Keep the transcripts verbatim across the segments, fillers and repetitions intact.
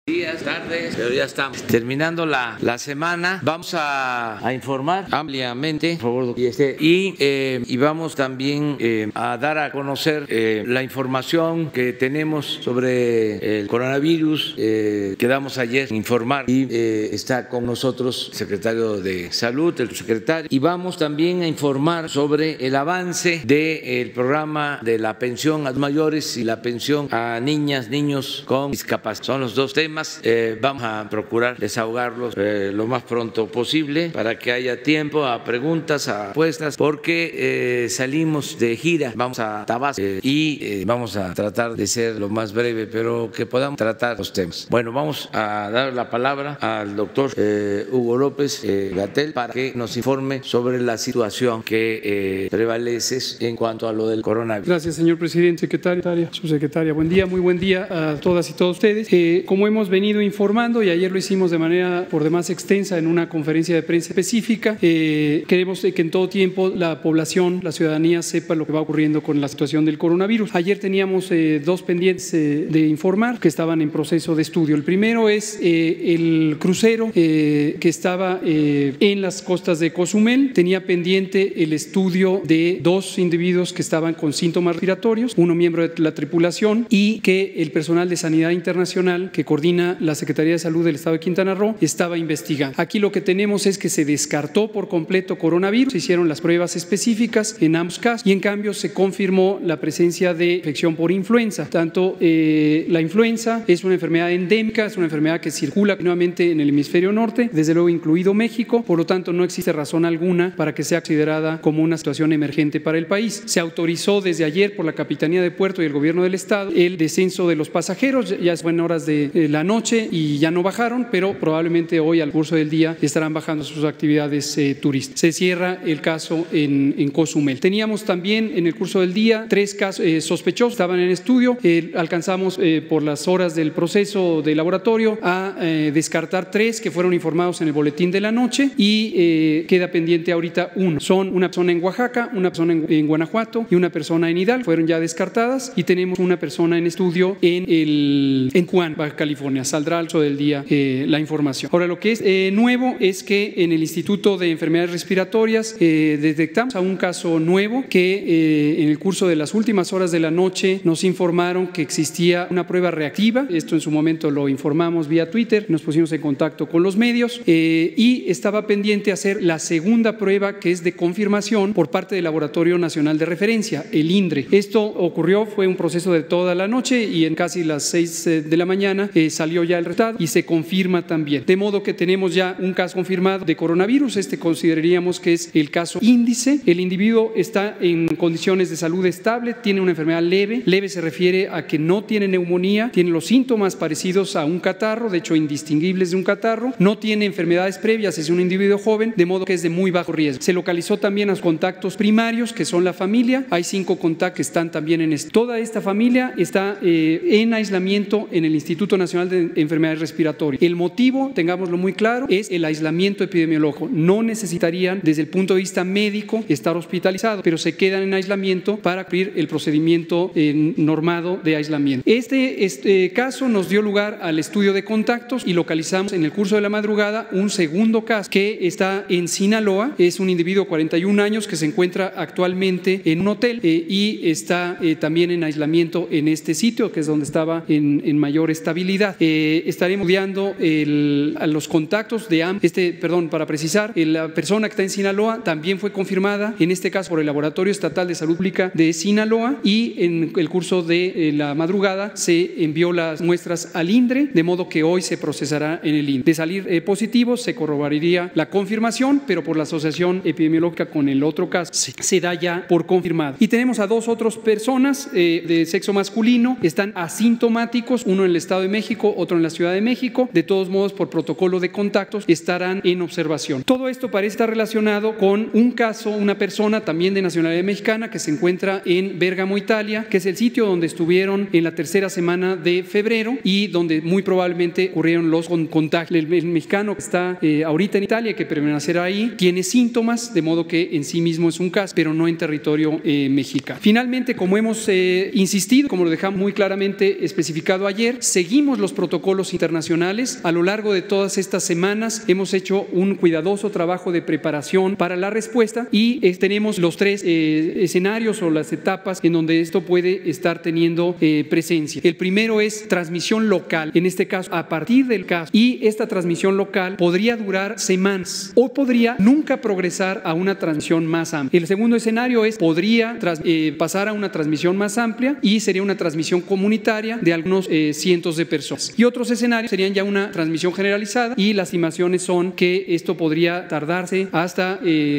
Días, tardes, pero ya estamos terminando la, la semana. Vamos a, a informar ampliamente, por favor, y, este, y, eh, y vamos también eh, a dar a conocer eh, la información que tenemos sobre el coronavirus. Eh, quedamos ayer en informar y eh, está con nosotros el secretario de Salud, el secretario, y vamos también a informar sobre el avance del programa de la pensión a los mayores y la pensión a niñas, niños con discapacidad. Son los dos temas. Eh, vamos a procurar desahogarlos eh, lo más pronto posible para que haya tiempo a preguntas, a respuestas, porque eh, salimos de gira, vamos a Tabasco eh, y eh, vamos a tratar de ser lo más breve, pero que podamos tratar los temas. Bueno, vamos a dar la palabra al doctor eh, Hugo López eh, Gatell para que nos informe sobre la situación que eh, prevalece en cuanto a lo del coronavirus. Gracias, señor presidente, secretaria, subsecretaria. Buen día, muy buen día a todas y todos ustedes. Eh, como hemos venido informando, y ayer lo hicimos de manera por demás extensa en una conferencia de prensa específica, eh, queremos que en todo tiempo la población, la ciudadanía sepa lo que va ocurriendo con la situación del coronavirus. Ayer teníamos eh, dos pendientes eh, de informar que estaban en proceso de estudio. El primero es eh, el crucero eh, que estaba eh, en las costas de Cozumel. Tenía pendiente el estudio de dos individuos que estaban con síntomas respiratorios, uno miembro de la tripulación, y que el personal de Sanidad Internacional que coordina la Secretaría de Salud del Estado de Quintana Roo estaba investigando. Aquí lo que tenemos es que se descartó por completo coronavirus, se hicieron las pruebas específicas en ambos casos y en cambio se confirmó la presencia de infección por influenza. Tanto eh, la influenza es una enfermedad endémica, es una enfermedad que circula continuamente en el hemisferio norte, desde luego incluido México, por lo tanto no existe razón alguna para que sea considerada como una situación emergente para el país. Se autorizó desde ayer por la Capitanía de Puerto y el Gobierno del Estado el descenso de los pasajeros, ya es en horas de eh, la noche y ya no bajaron, pero probablemente hoy al curso del día estarán bajando sus actividades eh, turísticas. Se cierra el caso en, en Cozumel. Teníamos también en el curso del día tres casos eh, sospechosos, estaban en estudio, eh, alcanzamos eh, por las horas del proceso de laboratorio a eh, descartar tres que fueron informados en el boletín de la noche y eh, queda pendiente ahorita uno. Son una persona en Oaxaca, una persona en, en Guanajuato y una persona en Hidalgo, fueron ya descartadas, y tenemos una persona en estudio en, el, en Juan, Baja California. Saldrá al curso del día eh, la información. Ahora, lo que es eh, nuevo es que en el Instituto de Enfermedades Respiratorias eh, detectamos a un caso nuevo que eh, en el curso de las últimas horas de la noche nos informaron que existía una prueba reactiva. Esto en su momento lo informamos vía Twitter, nos pusimos en contacto con los medios eh, y estaba pendiente hacer la segunda prueba, que es de confirmación por parte del Laboratorio Nacional de Referencia, el INDRE. Esto ocurrió, fue un proceso de toda la noche y en casi las seis de la mañana eh, salió ya el resultado y se confirma también. De modo que tenemos ya un caso confirmado de coronavirus. Este consideraríamos que es el caso índice. El individuo está en condiciones de salud estable, tiene una enfermedad leve. Leve se refiere a que no tiene neumonía, tiene los síntomas parecidos a un catarro, de hecho indistinguibles de un catarro, no tiene enfermedades previas, es un individuo joven, de modo que es de muy bajo riesgo. Se localizó también a los contactos primarios, que son la familia. Hay cinco contactos que están también en esto. Toda esta familia está eh, en aislamiento en el Instituto Nacional de Enfermedades Respiratorias. El motivo, tengámoslo muy claro, es el aislamiento epidemiológico. No necesitarían desde el punto de vista médico estar hospitalizados, pero se quedan en aislamiento para cumplir el procedimiento eh, normado de aislamiento. Este, este caso nos dio lugar al estudio de contactos y localizamos en el curso de la madrugada un segundo caso que está en Sinaloa. Es un individuo de cuarenta y un años que se encuentra actualmente en un hotel eh, y está eh, también en aislamiento en este sitio, que es donde estaba en, en mayor estabilidad. Eh, estaremos estudiando el, a los contactos de ambos. Este, perdón, para precisar, la persona que está en Sinaloa también fue confirmada, en este caso por el Laboratorio Estatal de Salud Pública de Sinaloa, y en el curso de eh, la madrugada se envió las muestras al INDRE, de modo que hoy se procesará en el INDRE. De salir eh, positivo se corroboraría la confirmación, pero por la asociación epidemiológica con el otro caso sí, se da ya por confirmado. Y tenemos a dos otras personas eh, de sexo masculino, están asintomáticos, uno en el Estado de México, otro en la Ciudad de México. De todos modos, por protocolo de contactos estarán en observación. Todo esto parece estar relacionado con un caso, una persona también de nacionalidad mexicana que se encuentra en Bérgamo, Italia, que es el sitio donde estuvieron en la tercera semana de febrero y donde muy probablemente ocurrieron los contagios. El, el mexicano que está eh, ahorita en Italia, que permanecerá ahí, tiene síntomas, de modo que en sí mismo es un caso, pero no en territorio eh, mexicano. Finalmente, como hemos eh, insistido, como lo dejamos muy claramente especificado ayer, seguimos los protocolos protocolos internacionales. A lo largo de todas estas semanas hemos hecho un cuidadoso trabajo de preparación para la respuesta y eh, tenemos los tres eh, escenarios o las etapas en donde esto puede estar teniendo eh, presencia. El primero es transmisión local, en este caso a partir del caso, y esta transmisión local podría durar semanas o podría nunca progresar a una transmisión más amplia. El segundo escenario es podría tras, eh, pasar a una transmisión más amplia y sería una transmisión comunitaria de algunos eh, cientos de personas. Y otros escenarios serían ya una transmisión generalizada y las estimaciones son que esto podría tardarse hasta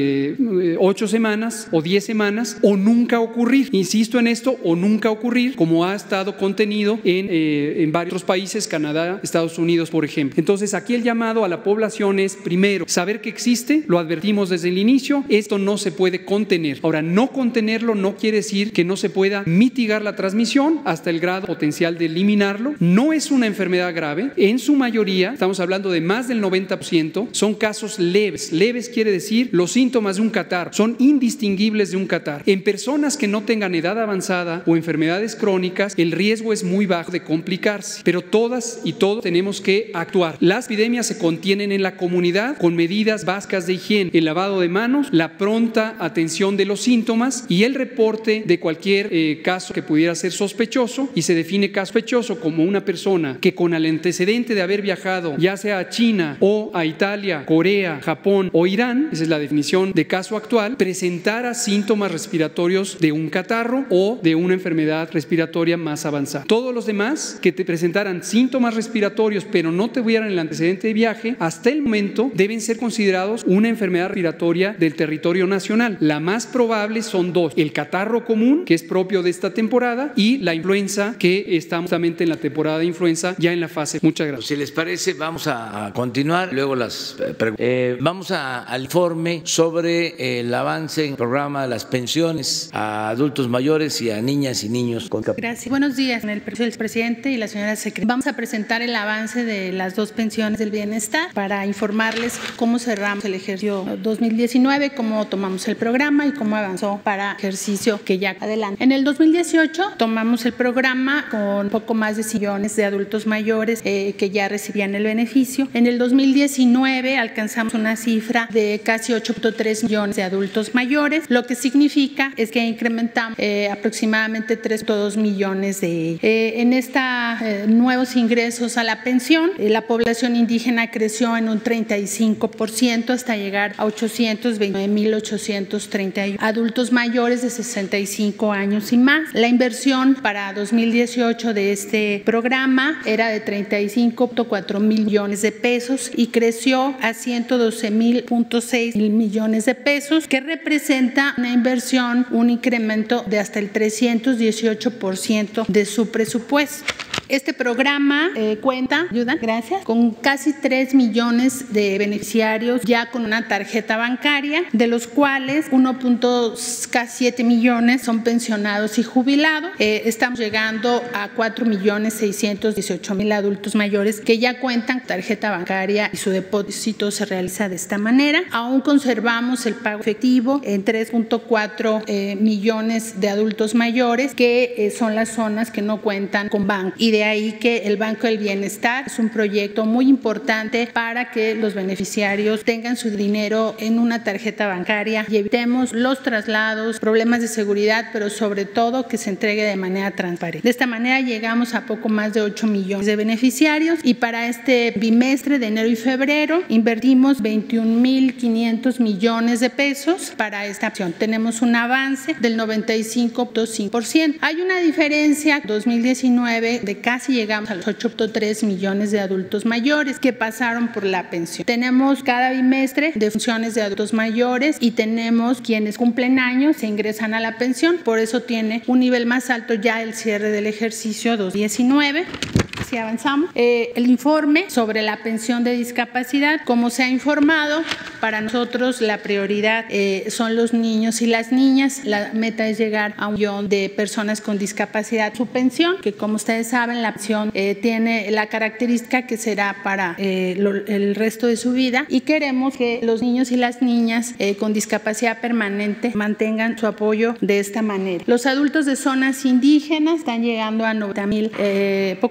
eh, ocho semanas o diez semanas o nunca ocurrir. Insisto en esto, o nunca ocurrir, como ha estado contenido en, eh, en varios otros países, Canadá, Estados Unidos, por ejemplo. Entonces, aquí el llamado a la población es, primero, saber que existe, lo advertimos desde el inicio, esto no se puede contener. Ahora, no contenerlo no quiere decir que no se pueda mitigar la transmisión hasta el grado potencial de eliminarlo. No es una enfermedad grave, en su mayoría, estamos hablando de más del noventa por ciento, son casos leves. Leves quiere decir los síntomas de un catarro son indistinguibles de un catarro. En personas que no tengan edad avanzada o enfermedades crónicas, el riesgo es muy bajo de complicarse, pero todas y todos tenemos que actuar. Las epidemias se contienen en la comunidad con medidas básicas de higiene, el lavado de manos, la pronta atención de los síntomas y el reporte de cualquier eh, caso que pudiera ser sospechoso, y se define caso sospechoso como una persona que con el antecedente de haber viajado ya sea a China o a Italia, Corea, Japón o Irán, esa es la definición de caso actual, presentara síntomas respiratorios de un catarro o de una enfermedad respiratoria más avanzada. Todos los demás que te presentaran síntomas respiratorios pero no tuvieran el antecedente de viaje, hasta el momento deben ser considerados una enfermedad respiratoria del territorio nacional. La más probable son dos: el catarro común, que es propio de esta temporada, y la influenza, que estamos justamente en la temporada de influenza, ya en la fase. Muchas gracias. Si les parece, vamos a continuar, luego las preguntas. Eh, vamos a, al informe sobre el avance en el programa de las pensiones a adultos mayores y a niñas y niños con capacidad. Gracias. Buenos días, el presidente y la señora secretaria. Vamos a presentar el avance de las dos pensiones del bienestar para informarles cómo cerramos el ejercicio dos mil diecinueve, cómo tomamos el programa y cómo avanzó para el ejercicio que ya adelante. En el dos mil dieciocho tomamos el programa con poco más de millones de adultos mayores eh, que ya recibían el beneficio. En el dos mil diecinueve alcanzamos una cifra de casi ocho punto tres millones de adultos mayores, lo que significa es que incrementamos eh, aproximadamente tres punto dos millones de ellos. Eh, en estos eh, nuevos ingresos a la pensión, eh, la población indígena creció en un treinta y cinco por ciento hasta llegar a ochocientos veintinueve mil ochocientos treinta y uno adultos mayores de sesenta y cinco años y más. La inversión para dos mil dieciocho de este programa era de treinta y cinco punto cuatro mil millones de pesos y creció a ciento doce mil punto seis mil millones de pesos, que representa una inversión, un incremento de hasta el trescientos dieciocho por ciento de su presupuesto. Este programa eh, cuenta, ayudan, gracias, con casi tres millones de beneficiarios ya con una tarjeta bancaria, de los cuales uno punto siete millones son pensionados y jubilados. Eh, estamos llegando a cuatro millones seiscientos dieciocho mil adultos mayores que ya cuentan con tarjeta bancaria y su depósito se realiza de esta manera. Aún conservamos el pago efectivo en tres punto cuatro eh, millones de adultos mayores, que eh, son las zonas que no cuentan con banco. Y de ahí que el Banco del Bienestar es un proyecto muy importante para que los beneficiarios tengan su dinero en una tarjeta bancaria y evitemos los traslados, problemas de seguridad, pero sobre todo que se entregue de manera transparente. De esta manera llegamos a poco más de ocho millones de beneficiarios y para este bimestre de enero y febrero invertimos veintiún mil quinientos millones de pesos para esta acción. Tenemos un avance del noventa y cinco punto cinco por ciento. Hay una diferencia en dos mil diecinueve de casi llegamos a los ocho punto tres millones de adultos mayores que pasaron por la pensión. Tenemos cada bimestre de funciones de adultos mayores y tenemos quienes cumplen años se ingresan a la pensión, por eso tiene un nivel más alto ya el cierre del ejercicio dos mil diecinueve. Si avanzamos, eh, el informe sobre la pensión de discapacidad, como se ha informado, para nosotros la prioridad eh, son los niños y las niñas. La meta es llegar a un millón de personas con discapacidad. Su pensión, que como ustedes saben, la pensión eh, tiene la característica que será para eh, lo, el resto de su vida, y queremos que los niños y las niñas eh, con discapacidad permanente mantengan su apoyo de esta manera. Los adultos de zonas indígenas están llegando a noventa mil, eh, poco más de noventa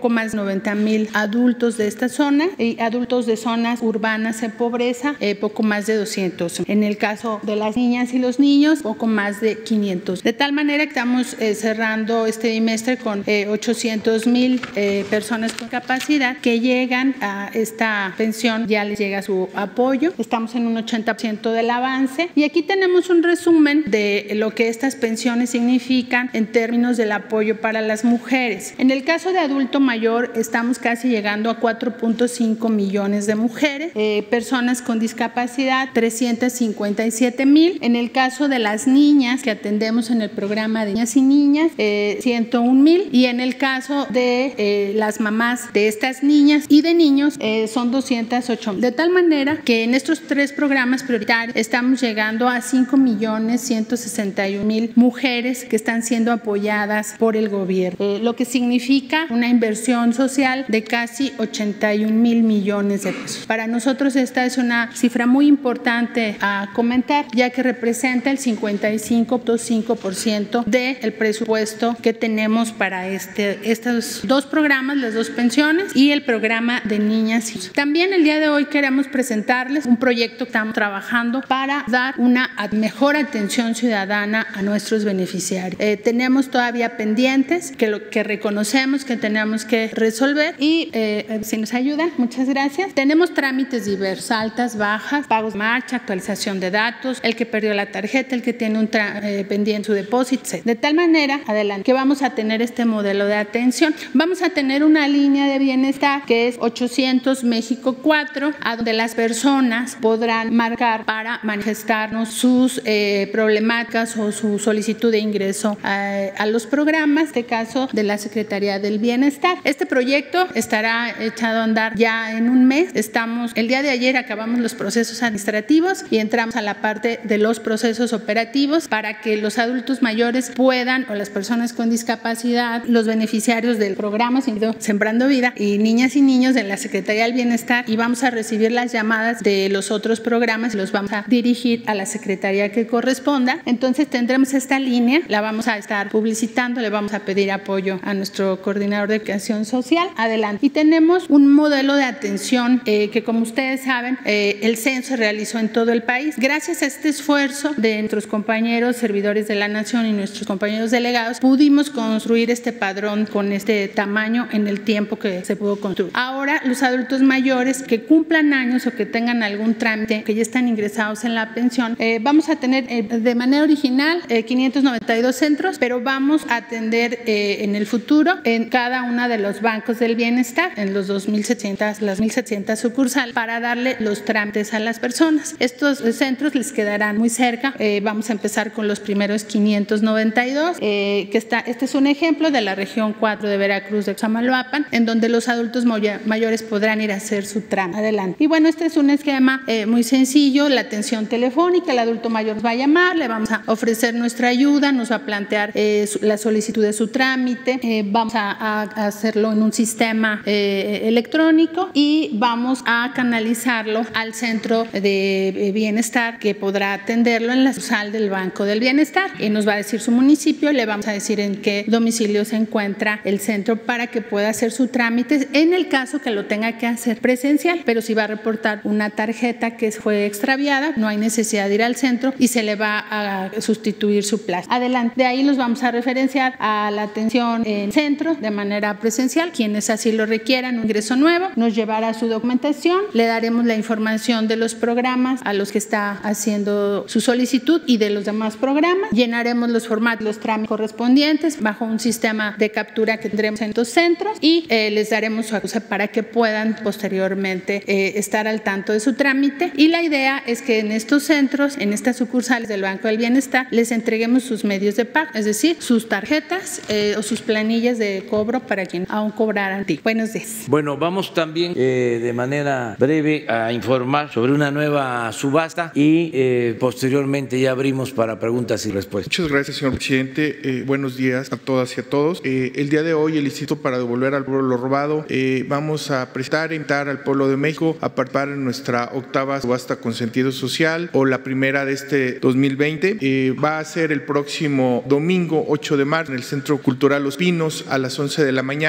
noventa mil adultos de esta zona y adultos de zonas urbanas en pobreza, eh, poco más de doscientos. En el caso de las niñas y los niños, poco más de quinientos. De tal manera que estamos eh, cerrando este bimestre con eh, ochocientos mil eh, personas con capacidad que llegan a esta pensión, ya les llega su apoyo. Estamos en un ochenta por ciento del avance y aquí tenemos un resumen de lo que estas pensiones significan en términos del apoyo para las mujeres. En el caso de adulto mayor estamos casi llegando a cuatro punto cinco millones de mujeres, eh, personas con discapacidad trescientos cincuenta y siete mil. En el caso de las niñas que atendemos en el programa de niñas y niñas, eh, ciento un mil, y en el caso de eh, las mamás de estas niñas y de niños eh, son doscientos ocho mil. De tal manera que en estos tres programas prioritarios estamos llegando a cinco millones ciento sesenta y un mil mujeres que están siendo apoyadas por el gobierno, eh, lo que significa una inversión social de casi ochenta y un mil millones de pesos. Para nosotros esta es una cifra muy importante a comentar, ya que representa el cincuenta y cinco punto cinco por ciento del presupuesto que tenemos para este, estos dos programas, las dos pensiones y el programa de niñas. También el día de hoy queremos presentarles un proyecto que estamos trabajando para dar una mejor atención ciudadana a nuestros beneficiarios. Eh, tenemos todavía pendientes que, lo, que reconocemos que tenemos que resolver y eh, si nos ayudan, muchas gracias. Tenemos trámites diversos, altas, bajas, pagos de marcha, actualización de datos, el que perdió la tarjeta, el que tiene un eh, pendiente su depósito, de tal manera, adelante, que vamos a tener este modelo de atención. Vamos a tener una línea de bienestar que es ochocientos México cuatro, a donde las personas podrán marcar para manifestarnos sus eh, problemáticas o su solicitud de ingreso a, a los programas, en este caso de la Secretaría del Bienestar. Este proyecto estará echado a andar ya en un mes. Estamos, el día de ayer acabamos los procesos administrativos y entramos a la parte de los procesos operativos para que los adultos mayores puedan, o las personas con discapacidad, los beneficiarios del programa Sembrando Vida y niñas y niños de la Secretaría del Bienestar, y vamos a recibir las llamadas de los otros programas y los vamos a dirigir a la Secretaría que corresponda. Entonces tendremos esta línea, la vamos a estar publicitando, le vamos a pedir apoyo a nuestro coordinador de creación social. Adelante. Y tenemos un modelo de atención eh, que, como ustedes saben, eh, el censo se realizó en todo el país. Gracias a este esfuerzo de nuestros compañeros servidores de la Nación y nuestros compañeros delegados, pudimos construir este padrón con este tamaño en el tiempo que se pudo construir. Ahora, los adultos mayores que cumplan años o que tengan algún trámite, que ya están ingresados en la pensión, eh, vamos a tener eh, de manera original eh, quinientos noventa y dos centros, pero vamos a atender eh, en el futuro en cada uno de los bancos del bienestar, en los dos mil setecientos, las mil setecientas sucursales, para darle los trámites a las personas. Estos centros les quedarán muy cerca. Eh, vamos a empezar con los primeros quinientos noventa y dos, eh, que está, este es un ejemplo de la región cuatro de Veracruz, de Xamaloapan, en donde los adultos mayores podrán ir a hacer su trámite. Adelante. Y bueno, este es un esquema eh, muy sencillo, la atención telefónica, el adulto mayor nos va a llamar, le vamos a ofrecer nuestra ayuda, nos va a plantear eh, su, la solicitud de su trámite, eh, vamos a, a hacerlo en un sistema eh, electrónico y vamos a canalizarlo al centro de bienestar que podrá atenderlo en la sucursal del Banco del Bienestar, y nos va a decir su municipio, le vamos a decir en qué domicilio se encuentra el centro para que pueda hacer su trámite en el caso que lo tenga que hacer presencial, pero si va a reportar una tarjeta que fue extraviada, no hay necesidad de ir al centro y se le va a sustituir su plaza. Adelante. De ahí los vamos a referenciar a la atención en centro de manera presencial. Quienes así lo requieran, un ingreso nuevo, nos llevará su documentación, le daremos la información de los programas a los que está haciendo su solicitud y de los demás programas. Llenaremos los formatos, los trámites correspondientes bajo un sistema de captura que tendremos en estos centros y eh, les daremos su acuse para que puedan posteriormente eh, estar al tanto de su trámite. Y la idea es que en estos centros, en estas sucursales del Banco del Bienestar, les entreguemos sus medios de pago, es decir, sus tarjetas eh, o sus planillas de cobro para quien aún cobraran. Buenos días. Bueno, vamos también eh, de manera breve a informar sobre una nueva subasta y eh, posteriormente ya abrimos para preguntas y respuestas. Muchas gracias, señor presidente. Eh, buenos días a todas y a todos. Eh, el día de hoy, el Instituto para Devolver al Pueblo lo Robado, eh, vamos a prestar e invitar al pueblo de México a participar en nuestra octava subasta con sentido social, o la primera de este dos mil veinte. Eh, va a ser el próximo domingo ocho de marzo en el Centro Cultural Los Pinos a las once de la mañana. Y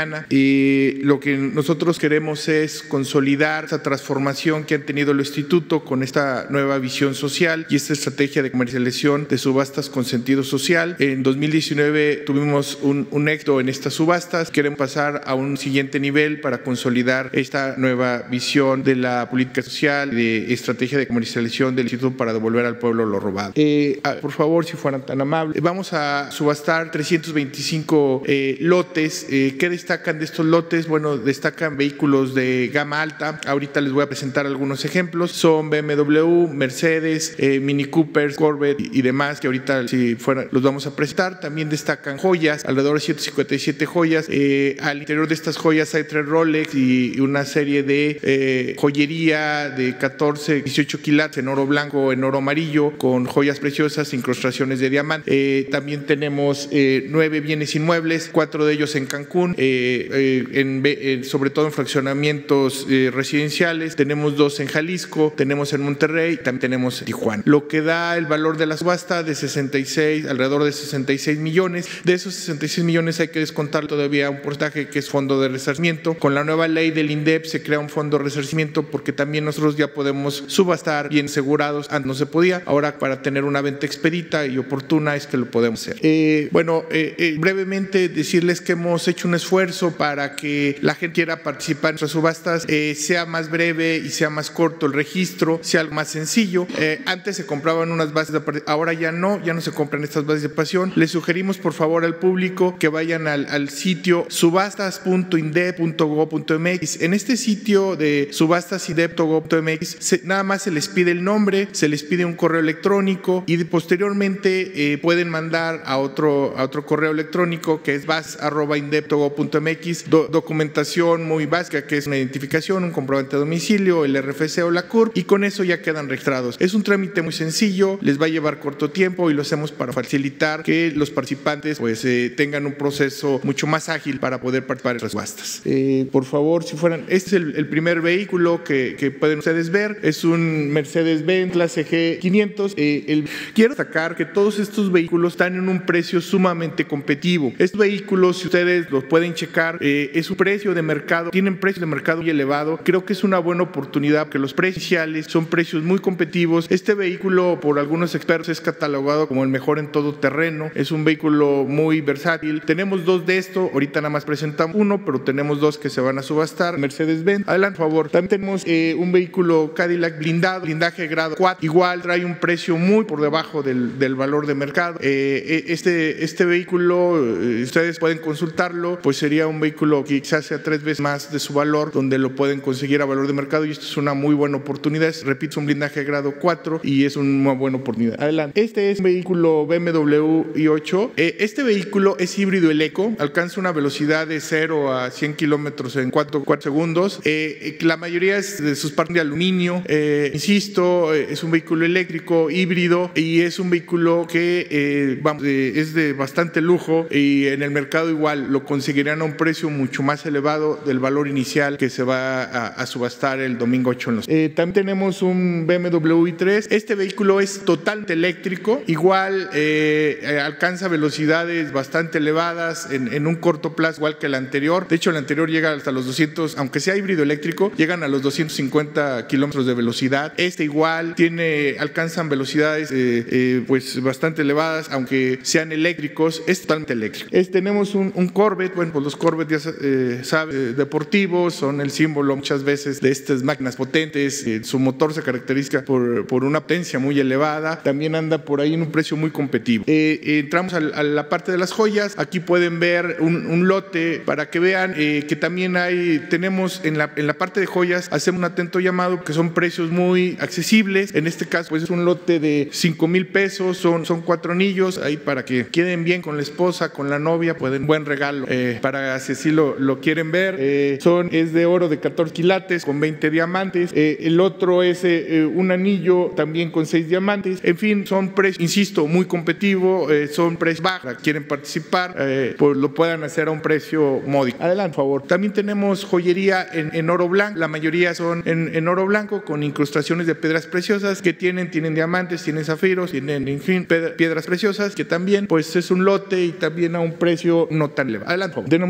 Y lo que nosotros queremos es consolidar esa transformación que han tenido el instituto con esta nueva visión social y esta estrategia de comercialización de subastas con sentido social. En dos mil diecinueve tuvimos un, un éxito en estas subastas. Queremos pasar a un siguiente nivel para consolidar esta nueva visión de la política social y de estrategia de comercialización del instituto para devolver al pueblo lo robado. Eh, por favor, si fueran tan amables, vamos a subastar trescientos veinticinco eh, lotes. Eh, ¿Qué destacan de estos lotes? Bueno, destacan vehículos de gama alta. Ahorita les voy a presentar algunos ejemplos. Son B M W, Mercedes, eh, Mini Cooper, Corvette y, y demás, que ahorita si fuera los vamos a presentar. También destacan joyas, alrededor de ciento cincuenta y siete joyas. Eh, al interior de estas joyas hay tres Rolex y, y una serie de eh, joyería de catorce, dieciocho quilates en oro blanco, en oro amarillo, con joyas preciosas, incrustaciones de diamante. Eh, también tenemos eh, nueve bienes inmuebles, cuatro de ellos en Cancún, eh, eh, en, en, sobre todo en fraccionamientos eh, residenciales. Tenemos dos en Jalisco, tenemos en Monterrey, también tenemos en Tijuana. Lo que da el valor de la subasta de sesenta y seis, alrededor de sesenta y seis millones. De esos sesenta y seis millones hay que descontar todavía un porcentaje que es fondo de resarcimiento. Con la nueva ley del INDEP se crea un fondo de resarcimiento porque también nosotros ya podemos subastar bien asegurados. Antes no se podía, ahora para tener una venta expedita y oportuna es que lo podemos hacer. Eh, bueno, eh, eh, brevemente decirles que hemos hecho un esfuerzo para que la gente quiera participar en nuestras subastas, eh, sea más breve y sea más corto el registro, sea algo más sencillo. Eh, antes se compraban unas bases de participación, ahora ya no, ya no se compran estas bases de participación. Les sugerimos por favor al público que vayan al, al sitio subastas punto indep punto gob punto mx. En este sitio de subastas punto indep punto gob punto mx se, nada más se les pide el nombre, se les pide un correo electrónico y posteriormente eh, pueden mandar a otro, a otro correo electrónico que es bas arroba indep punto gob punto mx do, documentación muy básica que es una identificación, un comprobante de domicilio, el R F C o la C U R P, y con eso ya quedan registrados. Es un trámite muy sencillo, les va a llevar corto tiempo y lo hacemos para facilitar que los participantes pues eh, tengan un proceso mucho más ágil para poder participar en las subastas. Eh, por favor, si fueran, este es el, el primer vehículo que, que pueden ustedes ver, es un Mercedes-Benz clase G quinientos. Eh, el, quiero destacar que todos estos vehículos están en un precio sumamente competitivo. Estos vehículos, si ustedes los pueden checar, eh, es un precio de mercado, tienen precio de mercado muy elevado. Creo que es una buena oportunidad porque los precios iniciales son precios muy competitivos. Este vehículo, por algunos expertos, es catalogado como el mejor en todo terreno. Es un vehículo muy versátil. Tenemos dos de estos, ahorita nada más presentamos uno, pero tenemos dos que se van a subastar. Mercedes-Benz, adelante, por favor. También tenemos eh, un vehículo Cadillac blindado, blindaje grado cuatro, igual trae un precio muy por debajo del, del valor de mercado. Eh, este, este vehículo, eh, ustedes pueden consultarlo, pues sería un vehículo que quizás sea tres veces más de su valor, donde lo pueden conseguir a valor de mercado, y esto es una muy buena oportunidad. Repito, es un blindaje grado cuatro y es una buena oportunidad. Adelante. Este es un vehículo B M W i ocho. Eh, este vehículo es híbrido eléctrico, alcanza una velocidad de cero a cien kilómetros en cuatro segundos. Eh, la mayoría es de sus partes de aluminio. Eh, insisto, eh, es un vehículo eléctrico, híbrido, y es un vehículo que eh, vamos, eh, es de bastante lujo, y en el mercado igual lo conseguirán a un precio mucho más elevado del valor inicial que se va a, a subastar el domingo ocho en los... Eh, también tenemos un B M W i tres. Este vehículo es totalmente eléctrico, igual eh, eh, alcanza velocidades bastante elevadas en, en un corto plazo, igual que el anterior. De hecho, el anterior llega hasta los doscientos, aunque sea híbrido eléctrico, llegan a los doscientos cincuenta kilómetros de velocidad. Este igual tiene, alcanzan velocidades eh, eh, pues bastante elevadas, aunque sean eléctricos. Es totalmente eléctrico. Es, tenemos un, un Corvette. Bueno, pues los Corvette ya eh, saben, eh, deportivos, son el símbolo muchas veces de estas máquinas potentes. Eh, su motor se caracteriza por, por una potencia muy elevada. También anda por ahí en un precio muy competitivo. Eh, eh, entramos a, a la parte de las joyas. Aquí pueden ver un, un lote para que vean eh, que también hay, tenemos en la, en la parte de joyas, hacemos un atento llamado que son precios muy accesibles. En este caso, pues es un lote de cinco mil pesos, son, son cuatro anillos ahí para que queden bien con la esposa, con la novia, pueden, buen regalo eh, para si así lo, lo quieren ver. Eh, son, es de oro de catorce quilates con veinte diamantes. Eh, el otro es eh, un anillo también con seis diamantes. En fin, son precios, insisto, muy competitivos, eh, son precios bajos. Quieren participar, eh, pues lo puedan hacer a un precio módico. Adelante, por favor. También tenemos joyería en, en oro blanco. La mayoría son en, en oro blanco con incrustaciones de piedras preciosas que tienen, tienen diamantes, tienen zafiros, tienen, en fin, piedras preciosas que también, pues es un lote y también a un precio no tan elevado. Adelante, por favor. Tenemos un collar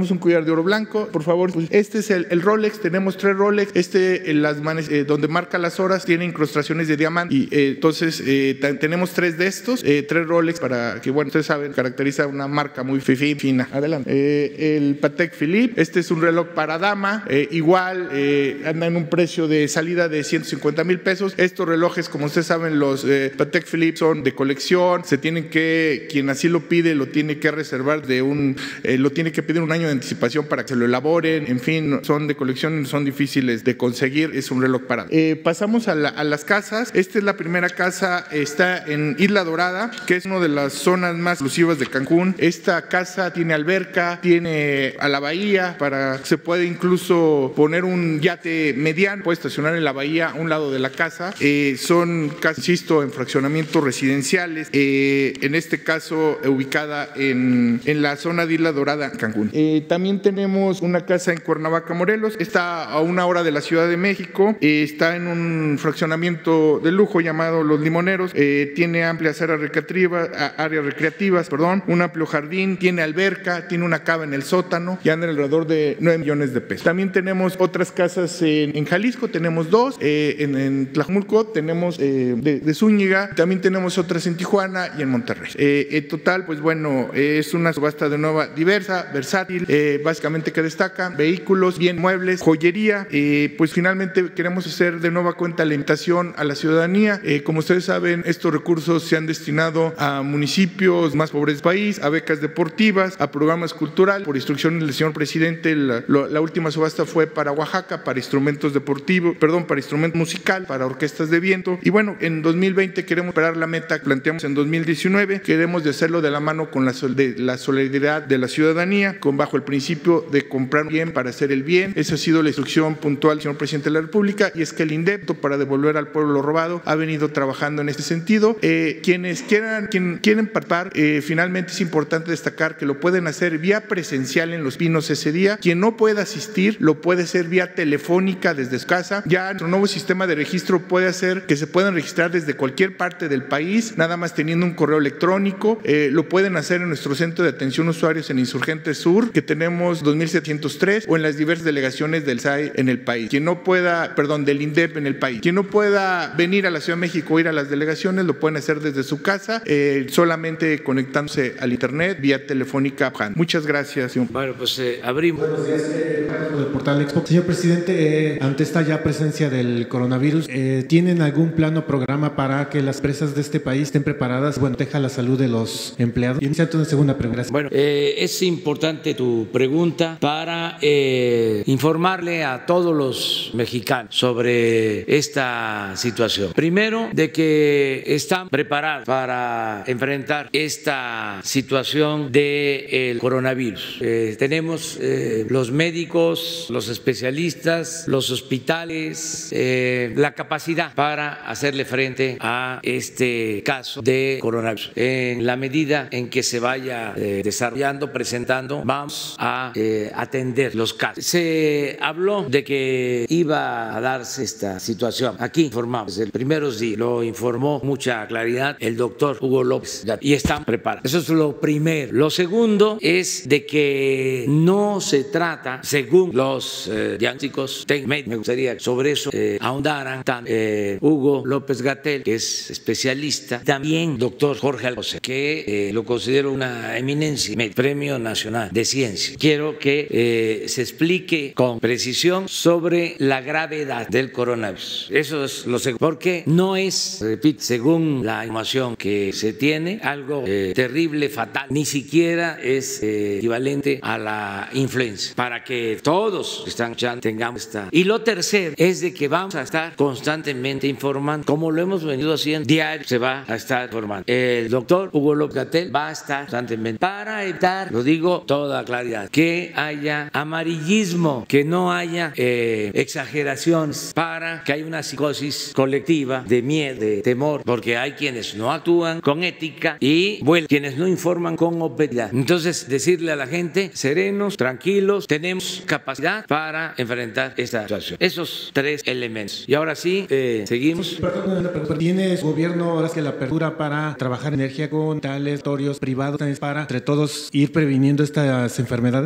de oro blanco, por favor. Pues este es el, el Rolex, tenemos tres Rolex. Este, en las manes, eh, donde marca las horas, tiene incrustaciones de diamante. Y eh, entonces eh, tenemos tres de estos, eh, tres Rolex para que, bueno, ustedes saben, caracteriza una marca muy fifi, fina. Adelante. Eh, el Patek Philippe, este es un reloj para dama, eh, igual eh, anda en un precio de salida de ciento cincuenta mil pesos. Estos relojes, como ustedes saben, los eh, Patek Philippe son de colección, se tienen que, quien así lo pide, lo tiene que reservar de un, eh, lo tiene que pedir un año de anticipación para que se lo elaboren, en fin, son de colección, son difíciles de conseguir, es un reloj para. Eh, pasamos a, la, a las casas. Esta es la primera casa, está en Isla Dorada, que es una de las zonas más exclusivas de Cancún. Esta casa tiene alberca, tiene a la bahía, para se puede incluso poner un yate mediano, puede estacionar en la bahía a un lado de la casa. Eh, son casas, insisto, en fraccionamientos residenciales, eh, en este caso ubicada en, en la zona de Isla Dorada, Cancún. Eh, también tenemos una casa en Cuernavaca, Morelos, está a una hora de la Ciudad de México, eh, está en un fraccionamiento de lujo llamado Los Limoneros, eh, tiene amplias áreas recreativas, áreas recreativas, perdón, un amplio jardín, tiene alberca, tiene una cava en el sótano y anda alrededor de nueve millones de pesos. También tenemos otras casas en, en Jalisco, tenemos dos, eh, en, en Tlajumulco tenemos eh, de, de Zúñiga, también tenemos otras en Tijuana y en Monterrey. Eh, en total, pues bueno, eh, es una subasta de nueva diversa, versátil, eh, básicamente que destaca vehículos, bien muebles, joyería. Eh, pues finalmente queremos hacer de nueva cuenta la invitación a la ciudadanía. Eh, como ustedes saben, estos recursos se han destinado a municipios más pobres del país, a becas deportivas, a programas culturales. Por instrucción del señor presidente, la, la última subasta fue para Oaxaca, para instrumentos deportivos, perdón, para instrumento musical, para orquestas de viento. Y bueno, en dos mil veinte queremos superar la meta que planteamos en dos mil diecinueve. Queremos de hacerlo de la mano con la, de, la solidaridad de la ciudadanía, con bajo el principio de comprar bien para hacer el bien. Esa ha sido la instrucción puntual del señor presidente de la República, y es que el INDEP, para devolver al pueblo lo robado, ha venido trabajando en este sentido. Eh, quienes quieran, quien quieren participar, eh, finalmente es importante destacar que lo pueden hacer vía presencial en Los Pinos ese día. Quien no pueda asistir, lo puede hacer vía telefónica desde su casa. Ya nuestro nuevo sistema de registro puede hacer que se puedan registrar desde cualquier parte del país, nada más teniendo un correo electrónico. Eh, lo pueden hacer en nuestro centro de atención a usuarios en Insurgentes Sur, que tenemos dos mil setecientos tres, o en las diversas delegaciones del S A E en el país. Quien no pueda, perdón, del INDEP en el país. Quien no pueda venir a la Ciudad de México o ir a las delegaciones, lo pueden hacer desde su casa, eh, solamente conectándose al internet vía telefónica. Muchas gracias. Bueno, pues eh, abrimos. Buenos días, eh, del portal Expo. Señor presidente, eh, ante esta ya presencia del coronavirus, eh, ¿tienen algún plano o programa para que las empresas de este país estén preparadas? Bueno, deja la salud de los empleados. Y inicia una segunda pregunta. Bueno, eh, es importante tu pregunta para eh, informarle a todos los mexicanos sobre esta situación. Primero, de que están preparados para enfrentar esta situación del coronavirus. Eh, tenemos eh, los médicos, los especialistas, los hospitales, eh, la capacidad para hacerle frente a este caso de coronavirus. En la medida en que se vaya eh, desarrollando, presentando, vamos a eh, atender los casos. Se habló de que iba a darse esta situación. Aquí informamos, desde el primeros días lo informó mucha claridad el doctor Hugo López Gatell, y están preparados. Eso es lo primero. Lo segundo es de que no se trata, según los eh, diagnósticos técnicos, me gustaría que sobre eso eh, ahondaran tan, eh, Hugo López Gatell, que es especialista, también doctor Jorge Alcocer, que eh, lo considero una eminencia, Premio Nacional de Ciencia. Quiero que eh, se explique con precisión sobre la gravedad del coronavirus. Eso es lo segundo, porque no es, repito, según la información que se tiene, algo eh, terrible, fatal, ni siquiera es eh, equivalente a la influenza, para que todos que están escuchando tengamos esta. Y lo tercero es de que vamos a estar constantemente informando, como lo hemos venido haciendo, diario se va a estar informando. El doctor Hugo López Gatell va a estar constantemente para evitar, lo digo toda claridad, que haya amarillismo, que no haya eh, exageraciones, para que haya una psicosis colectiva de miedo, de temor, porque hay quienes no actúan con ética y, bueno, quienes no informan con objetividad. Entonces, decirle a la gente, serenos, tranquilos, tenemos capacidad para enfrentar esta situación. Esos tres elementos. Y ahora sí, eh, seguimos. ¿Tiene su gobierno ahora que la apertura para trabajar energía con tales territorios privados para, entre todos, ir previniendo estas enfermedades?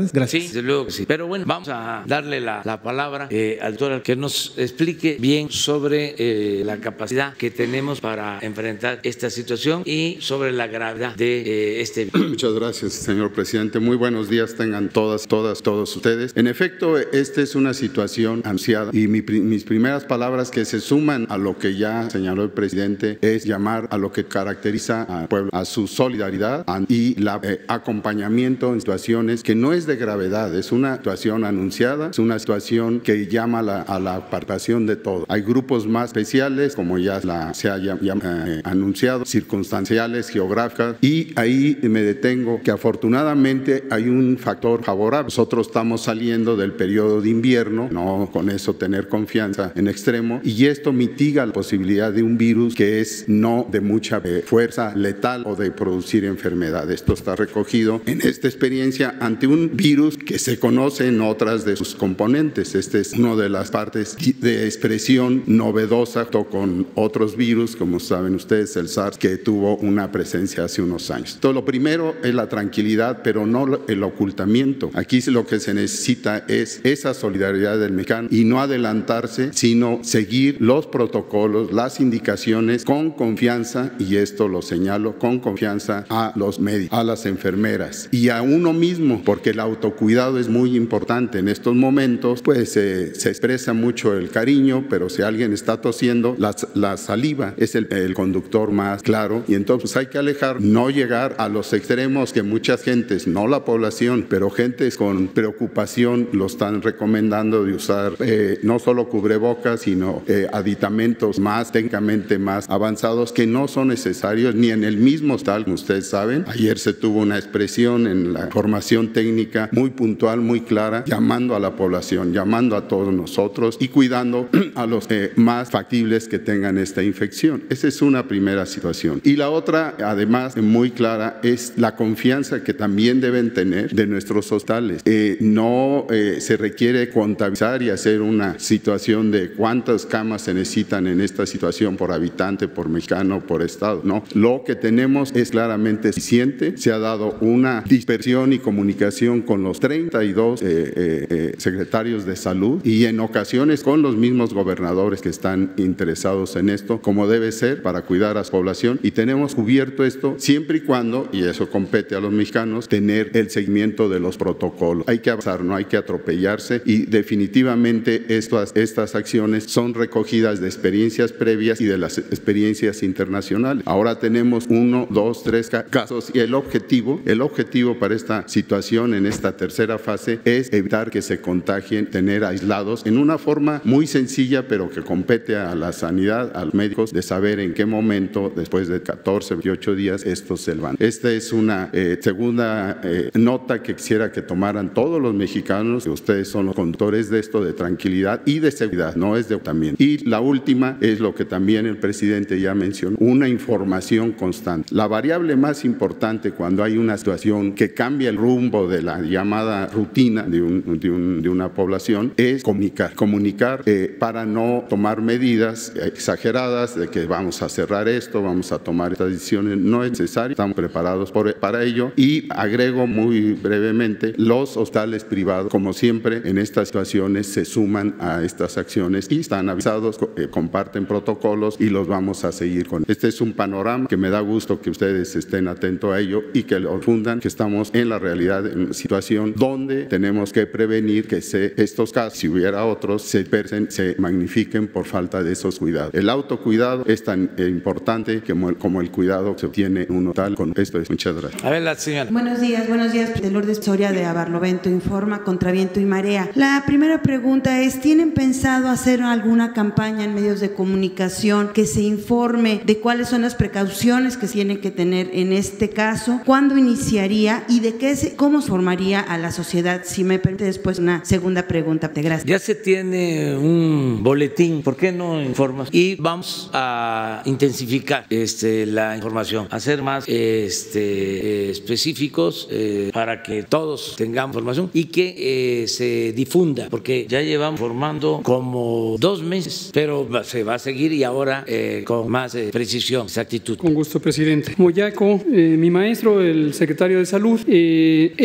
autoridades? Gracias. Sí, desde luego que sí. Pero bueno, vamos a darle la, la palabra eh, al doctor que nos explique bien sobre eh, la capacidad que tenemos para enfrentar esta situación y sobre la gravedad de eh, este virus. Muchas gracias, señor presidente. Muy buenos días tengan todas, todas, todos ustedes. En efecto, esta es una situación anunciada y mi, mis primeras palabras que se suman a lo que ya señaló el presidente es llamar a lo que caracteriza al pueblo, a su solidaridad y la eh, acompañamiento en situaciones que no es de gravedad, es una situación anunciada, es una situación que llama a la, a la participación de todos. Hay grupos más especiales, como ya la, se ha ya, ya, eh, anunciado, circunstanciales, geográficas, y ahí me detengo que afortunadamente hay un factor favorable. Nosotros estamos saliendo del periodo de invierno, no con eso tener confianza en extremo, y esto mitiga la posibilidad de un virus que es no de mucha eh, fuerza letal o de producir enfermedad. Esto está recogido en esta experiencia ante un virus que se conoce en otras de sus componentes. Este es una de las partes de expresión novedosa con otros virus, como saben ustedes, el SARS, que tuvo una presencia hace unos años. Entonces, lo primero es la tranquilidad, pero no el ocultamiento. Aquí lo que se necesita es esa solidaridad del mexicano y no adelantarse, sino seguir los protocolos, las indicaciones con confianza, y esto lo señalo, con confianza a los médicos, a las enfermeras y a uno mismo, porque el autocuidado es muy importante. En estos momentos, pues eh, se expresa mucho el cariño, pero si alguien está tosiendo, la, la saliva es el, el conductor más claro, y entonces hay que alejar, no llegar a los extremos que muchas gentes, no la población, pero gentes con preocupación lo están recomendando de usar eh, no solo cubrebocas, sino eh, aditamentos más técnicamente más avanzados que no son necesarios ni en el mismo hospital, como ustedes saben. Ayer se tuvo una expresión en la formación técnica muy puntual, muy clara, llamando a la población, llamando a todos nosotros y cuidando a los eh, más factibles que tengan esta infección. Esa es una primera situación. Y la otra, además, muy clara, es la confianza que también deben tener de nuestros hospitales. Eh, no eh, se requiere contabilizar y hacer una situación de cuántas camas se necesitan en esta situación por habitante, por mexicano, por estado. No, lo que tenemos es claramente suficiente. Se ha dado una dispersión y comunicación con los treinta y dos eh, eh, eh, secretarios de salud y en ocasiones con los mismos gobernadores que están interesados en esto, como debe ser para cuidar a su población, y tenemos cubierto esto siempre y cuando, y eso compete a los mexicanos, tener el seguimiento de los protocolos. Hay que avanzar, no hay que atropellarse, y definitivamente estas, estas acciones son recogidas de experiencias previas y de las experiencias internacionales. Ahora tenemos uno, dos, tres casos, y el objetivo, el objetivo para esta situación en esta tercera fase es evitar que se contagien, tener aislados en una forma muy sencilla, pero que compete a la sanidad, a los médicos, de saber en qué momento, después de catorce, veintiocho días, estos se van. Esta es una eh, segunda eh, nota que quisiera que tomaran todos los mexicanos, que ustedes son los conductores de esto, de tranquilidad y de seguridad, no es de también. Y la última es lo que también el presidente ya mencionó, una información constante. La variable más importante cuando hay una situación que cambia el rumbo de la llamada rutina de, un, de, un, de una población es comunicar, comunicar eh, para no tomar medidas exageradas de que vamos a cerrar esto, vamos a tomar estas decisiones. No es necesario, estamos preparados por, para ello. Y agrego muy brevemente, los hospitales privados, como siempre en estas situaciones, se suman a estas acciones y están avisados, eh, comparten protocolos y los vamos a seguir con. Este es un panorama que me da gusto que ustedes estén atentos a ello y que lo fundan, que estamos en la realidad, en una situación donde tenemos que prevenir que se, estos casos, si hubiera otros, se, persen, se magnifiquen por falta de esos cuidados. El autocuidado es tan eh, importante como el, como el cuidado que se obtiene uno tal con esto. Es. Muchas gracias. A ver, la señora. Buenos días, buenos días. De Lourdes Soria de Barlovento Informa, contra viento y marea. La primera pregunta es, ¿tienen pensado hacer alguna campaña en medios de comunicación que se informe de cuáles son las precauciones que se tienen que tener en este caso? ¿Cuándo iniciaría y de qué se, cómo se formaría a la sociedad? Si me permite después una segunda pregunta. Gracias. Ya se tiene un boletín, ¿por qué no informas? Y vamos a intensificar este, la información, hacer más este, eh, específicos eh, para que todos tengamos información y que eh, se difunda, porque ya llevamos formando como dos meses, pero se va a seguir y ahora eh, con más eh, precisión, exactitud. Con gusto, presidente. Moyaco, eh, mi maestro, el secretario de Salud, eh, esta es una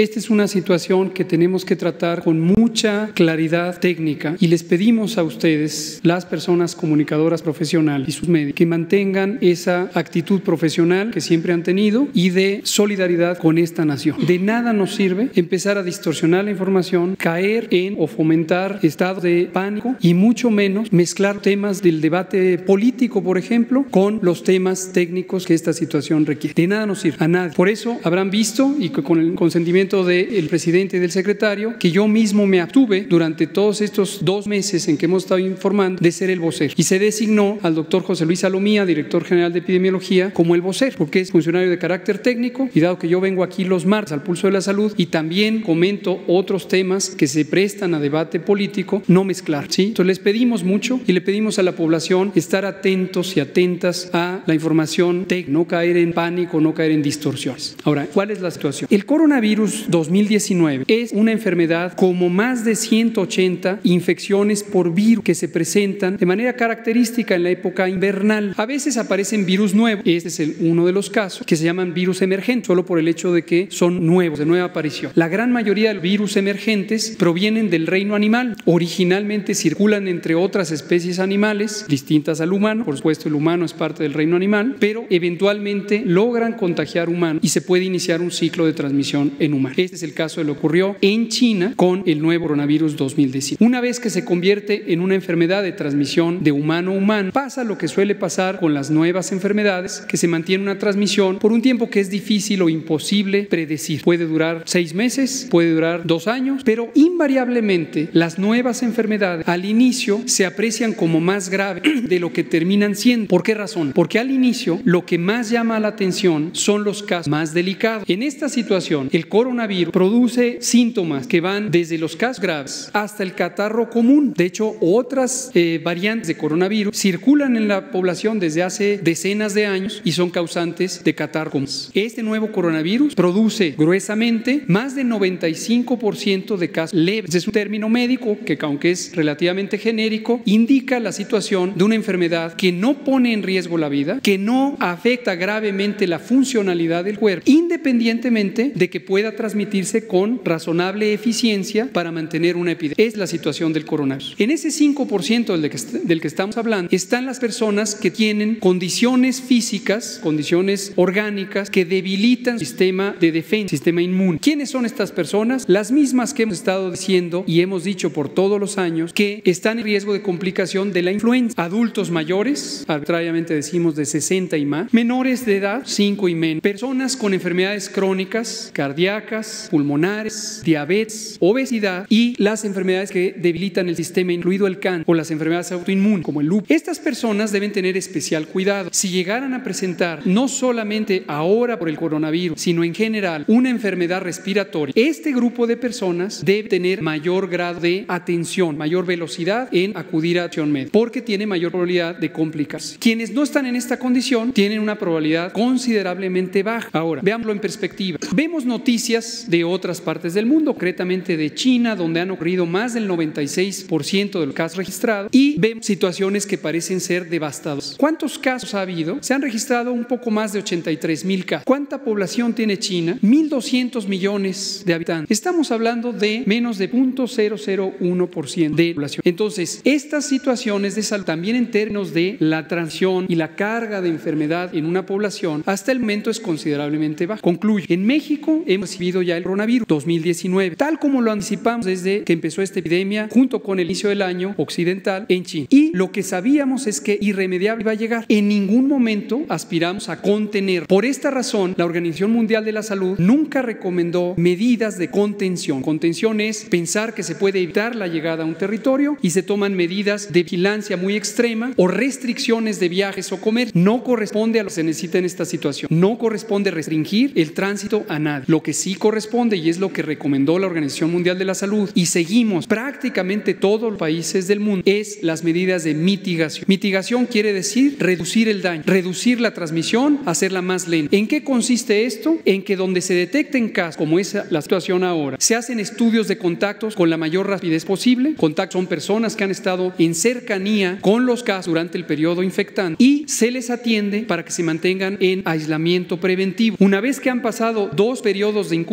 situación que tenemos que tratar con mucha claridad técnica y les pedimos a ustedes, las personas comunicadoras profesionales y sus médicos, que mantengan esa actitud profesional que siempre han tenido y de solidaridad con esta nación. De nada nos sirve empezar a distorsionar la información, caer en o fomentar estados de pánico y mucho menos mezclar temas del debate político, por ejemplo, con los temas técnicos que esta situación requiere. De nada nos sirve, a nadie. Por eso habrán visto, y con el consentimiento del presidente y del secretario, que yo mismo me abstuve durante todos estos dos meses en que hemos estado informando de ser el vocero. Y se designó al doctor José Luis Salomía, director general de epidemiología, como el vocero, porque es funcionario de carácter técnico, y dado que yo vengo aquí los martes al Pulso de la Salud y también comento otros temas que se prestan a debate político, no mezclar, ¿sí? Entonces les pedimos mucho y le pedimos a la población estar atentos y atentas a la información técnica, no caer en pánico, no caer en distorsiones. Ahora, ¿cuál es la situación? El coronavirus dos mil diecinueve es una enfermedad como más de ciento ochenta infecciones por virus que se presentan de manera característica en la época invernal. A veces aparecen virus nuevos, este es el, uno de los casos, que se llaman virus emergentes, solo por el hecho de que son nuevos, de nueva aparición. La gran mayoría de los virus emergentes provienen del reino animal. Originalmente circulan entre otras especies animales, distintas al humano, por supuesto el humano es parte del reino animal, pero eventualmente logran contagiar humanos y se puede iniciar un ciclo de transmisión en humanos. Este es el caso de lo que ocurrió en China con el nuevo coronavirus dos mil diecinueve. Una vez que se convierte en una enfermedad de transmisión de humano a humano, pasa lo que suele pasar con las nuevas enfermedades, que se mantiene una transmisión por un tiempo que es difícil o imposible predecir. Puede durar seis meses, puede durar dos años, pero invariablemente las nuevas enfermedades al inicio se aprecian como más graves de lo que terminan siendo. ¿Por qué razón? Porque al inicio lo que más llama la atención son los casos más delicados. En esta situación, el coronavirus produce síntomas que van desde los casos graves hasta el catarro común. De hecho, otras eh, variantes de coronavirus circulan en la población desde hace decenas de años y son causantes de catarro común. Este nuevo coronavirus produce gruesamente más de noventa y cinco por ciento de casos leves. Es un término médico que, aunque es relativamente genérico, indica la situación de una enfermedad que no pone en riesgo la vida, que no afecta gravemente la funcionalidad del cuerpo, independientemente de que pueda transmitirse con razonable eficiencia para mantener una epidemia. Es la situación del coronavirus. En ese cinco por ciento del que, del que estamos hablando están las personas que tienen condiciones físicas, condiciones orgánicas que debilitan el sistema de defensa, sistema inmune. ¿Quiénes son estas personas? Las mismas que hemos estado diciendo y hemos dicho por todos los años que están en riesgo de complicación de la influenza. Adultos mayores, arbitrariamente decimos de sesenta y más, menores de edad, cinco y menos, personas con enfermedades crónicas, cardíacas, pulmonares, diabetes, obesidad y las enfermedades que debilitan el sistema, incluido el cáncer o las enfermedades autoinmunes como el lupus. Estas personas deben tener especial cuidado. Si llegaran a presentar no solamente ahora por el coronavirus, sino en general una enfermedad respiratoria, este grupo de personas debe tener mayor grado de atención, mayor velocidad en acudir a atención médica, porque tiene mayor probabilidad de complicarse. Quienes no están en esta condición tienen una probabilidad considerablemente baja. Ahora, veámoslo en perspectiva. Vemos noticias de otras partes del mundo, concretamente de China, donde han ocurrido más del noventa y seis por ciento de los casos registrados, y vemos situaciones que parecen ser devastadoras. ¿Cuántos casos ha habido? Se han registrado un poco más de ochenta y tres mil casos. ¿Cuánta población tiene China? mil doscientos millones de habitantes. Estamos hablando de menos de cero punto cero cero uno por ciento de población. Entonces, estas situaciones de salud, también en términos de la transmisión y la carga de enfermedad en una población, hasta el momento es considerablemente baja. Concluyo. En México hemos recibido ya el coronavirus dos mil diecinueve, tal como lo anticipamos desde que empezó esta epidemia, junto con el inicio del año occidental en China. Y lo que sabíamos es que irremediable iba a llegar. En ningún momento aspiramos a contener. Por esta razón, la Organización Mundial de la Salud nunca recomendó medidas de contención. Contención es pensar que se puede evitar la llegada a un territorio y se toman medidas de vigilancia muy extrema o restricciones de viajes o comer. No corresponde a lo que se necesita en esta situación. No corresponde restringir el tránsito a nadie. Lo que sí corresponde, y es lo que recomendó la Organización Mundial de la Salud, y seguimos prácticamente todos los países del mundo, es las medidas de mitigación. Mitigación quiere decir reducir el daño, reducir la transmisión, hacerla más lenta. ¿En qué consiste esto? En que donde se detecten casos, como es la situación ahora, se hacen estudios de contactos con la mayor rapidez posible. Contactos son personas que han estado en cercanía con los casos durante el periodo infectante y se les atiende para que se mantengan en aislamiento preventivo. Una vez que han pasado dos periodos de incubación,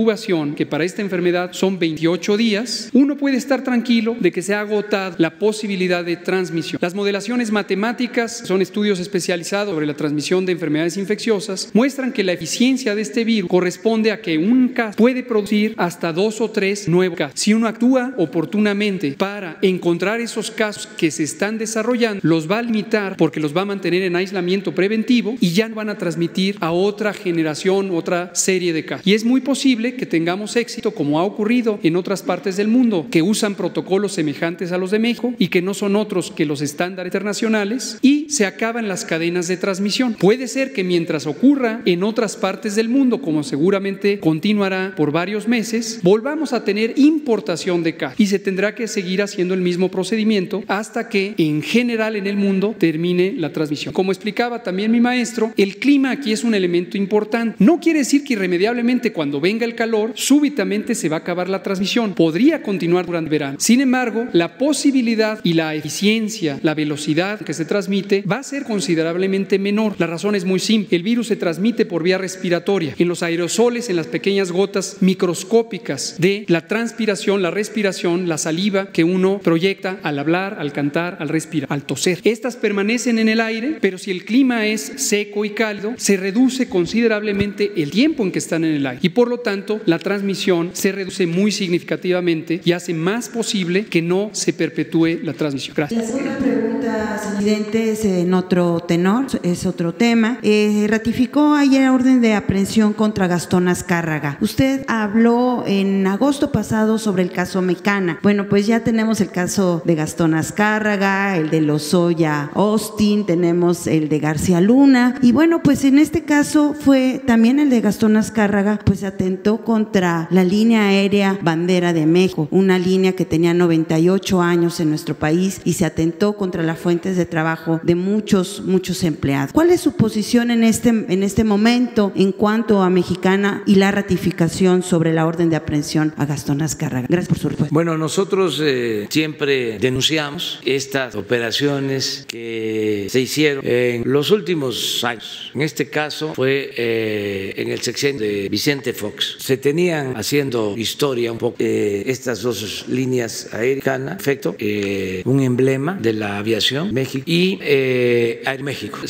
incubación, que para esta enfermedad son veintiocho días, uno puede estar tranquilo de que se ha agotado la posibilidad de transmisión. Las modelaciones matemáticas, son estudios especializados sobre la transmisión de enfermedades infecciosas, muestran que la eficiencia de este virus corresponde a que un caso puede producir hasta dos o tres nuevos casos. Si uno actúa oportunamente para encontrar esos casos que se están desarrollando, los va a limitar porque los va a mantener en aislamiento preventivo y ya no van a transmitir a otra generación, otra serie de casos. Y es muy posible que tengamos éxito, como ha ocurrido en otras partes del mundo, que usan protocolos semejantes a los de México y que no son otros que los estándares internacionales, y se acaban las cadenas de transmisión. Puede ser que mientras ocurra en otras partes del mundo, como seguramente continuará por varios meses, volvamos a tener importación de casos y se tendrá que seguir haciendo el mismo procedimiento hasta que en general en el mundo termine la transmisión. Como explicaba también mi maestro, el clima aquí es un elemento importante. No quiere decir que irremediablemente cuando venga el calor súbitamente se va a acabar la transmisión. Podría continuar durante el verano. Sin embargo, la posibilidad y la eficiencia, la velocidad que se transmite va a ser considerablemente menor. La razón es muy simple. El virus se transmite por vía respiratoria, en los aerosoles, en las pequeñas gotas microscópicas de la transpiración, la respiración, la saliva que uno proyecta al hablar, al cantar, al respirar, al toser. Estas permanecen en el aire, pero si el clima es seco y cálido, se reduce considerablemente el tiempo en que están en el aire y por lo tanto la transmisión se reduce muy significativamente y hace más posible que no se perpetúe la transmisión. Gracias. La segunda pregunta, señor presidente, es en otro tenor, es otro tema. Eh, ratificó ayer orden de aprehensión contra Gastón Azcárraga. Usted habló en agosto pasado sobre el caso Mecana. Bueno, pues ya tenemos el caso de Gastón Azcárraga, el de Lozoya Austin, tenemos el de García Luna y bueno, pues en este caso fue también el de Gastón Azcárraga, pues atentó contra la línea aérea Bandera de México, una línea que tenía noventa y ocho años en nuestro país y se atentó contra las fuentes de trabajo de muchos, muchos empleados. ¿Cuál es su posición en este, en este momento en cuanto a Mexicana y la ratificación sobre la orden de aprehensión a Gastón Azcárraga? Gracias por su respuesta. Bueno, nosotros eh, siempre denunciamos estas operaciones que se hicieron en los últimos años. En este caso fue eh, en el sexenio de Vicente Fox. Se tenían haciendo historia un poco eh, estas dos líneas aéreas, efecto, eh, un emblema de la aviación México y eh, Aeroméxico.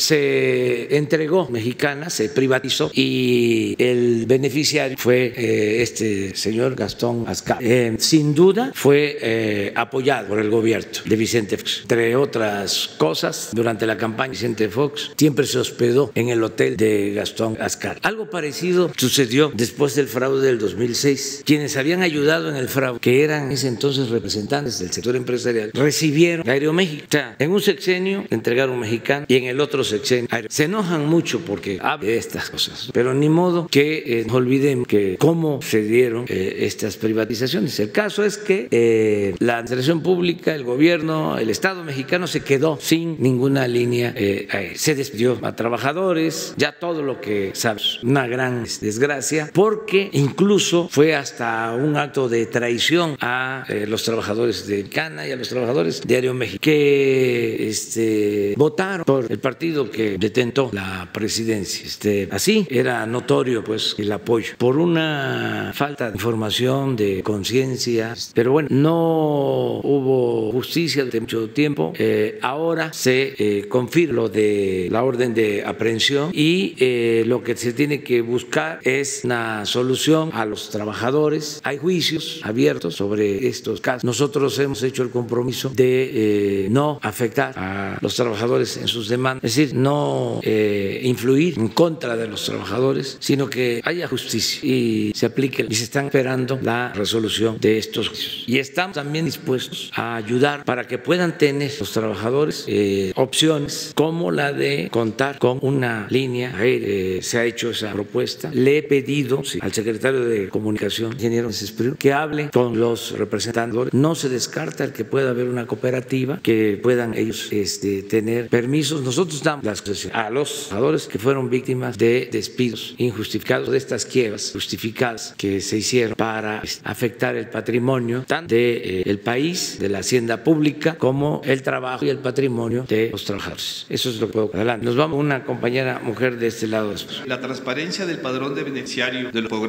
Se entregó Mexicana, se privatizó y el beneficiario fue eh, este señor Gastón Azcárraga. Eh, sin duda fue eh, apoyado por el gobierno de Vicente Fox. Entre otras cosas, durante la campaña Vicente Fox siempre se hospedó en el hotel de Gastón Azcárraga. Algo parecido sucedió después del fraude del dos mil seis. Quienes habían ayudado en el fraude, que eran en ese entonces representantes del sector empresarial, recibieron Aeroméxico. O sea, en un sexenio entregaron Mexicana y en el otro sexenio Aeroméxico. Se enojan mucho porque hablan de estas cosas, pero ni modo que eh, nos olvidemos que cómo se dieron eh, estas privatizaciones. El caso es que eh, la administración pública, el gobierno, el Estado mexicano se quedó sin ninguna línea eh, aérea. Se despidió a trabajadores, ya todo lo que sabes, una gran desgracia, porque incluso fue hasta un acto de traición a eh, los trabajadores de Mexicana y a los trabajadores de Aeroméxico que este, votaron por el partido que detentó la presidencia. Este, así era notorio pues el apoyo por una falta de información, de conciencia, pero bueno, no hubo justicia durante mucho tiempo. Eh, ahora se eh, confirma lo de la orden de aprehensión y eh, lo que se tiene que buscar es una solución a los trabajadores. Hay juicios abiertos sobre estos casos. Nosotros hemos hecho el compromiso de eh, no afectar a los trabajadores en sus demandas, es decir, no eh, influir en contra de los trabajadores, sino que haya justicia y se aplique, y se están esperando la resolución de estos juicios. Y estamos también dispuestos a ayudar para que puedan tener los trabajadores eh, opciones como la de contar con una línea aérea. Eh, se ha hecho esa propuesta. Le he pedido sí, al secretario de Comunicación, ingeniero Espriu, que hable con los representantes. No se descarta el que pueda haber una cooperativa, que puedan ellos este, tener permisos. Nosotros damos las concesiones a los trabajadores que fueron víctimas de despidos injustificados, de estas quiebras justificadas que se hicieron para afectar el patrimonio tanto del de, eh, país, de la hacienda pública, como el trabajo y el patrimonio de los trabajadores. Eso es lo que puedo. Adelante. Nos vamos una compañera mujer de este lado. La transparencia del padrón de beneficiarios de los programas bienestar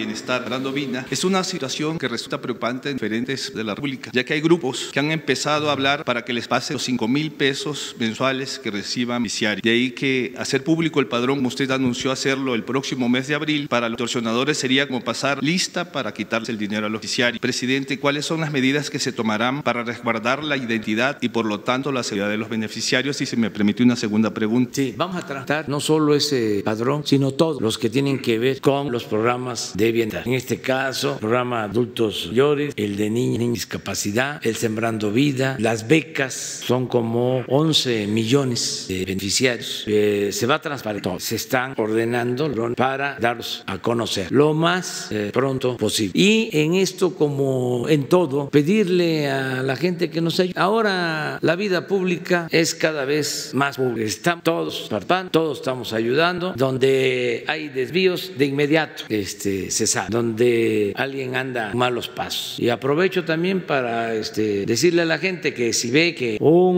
Bienestar, Fernando Vina, es una situación que resulta preocupante en diferentes de la República, ya que hay grupos que han empezado a hablar para que les pase los cinco mil pesos mensuales que reciban beneficiarios. De ahí que hacer público el padrón, como usted anunció hacerlo el próximo mes de abril, para los extorsionadores sería como pasar lista para quitarse el dinero a los beneficiarios. Presidente, ¿cuáles son las medidas que se tomarán para resguardar la identidad y por lo tanto la seguridad de los beneficiarios? Y si me permite una segunda pregunta. Sí, vamos a tratar no solo ese padrón, sino todos los que tienen que ver con los programas de bienestar. En este caso, el programa Adultos Mayores, el de Niños con Discapacidad, el Sembrando Vida, las becas, son como once millones de beneficiarios. Eh, se va a transparentar, se están ordenando para darlos a conocer lo más eh, pronto posible. Y en esto, como en todo, pedirle a la gente que nos ayude. Ahora la vida pública es cada vez más pública. Estamos todos participando, todos estamos ayudando. Donde hay desvíos, de inmediato este, se sabe. Donde alguien anda malos pasos. Y aprovecho también para este, decirle a la gente que si ve que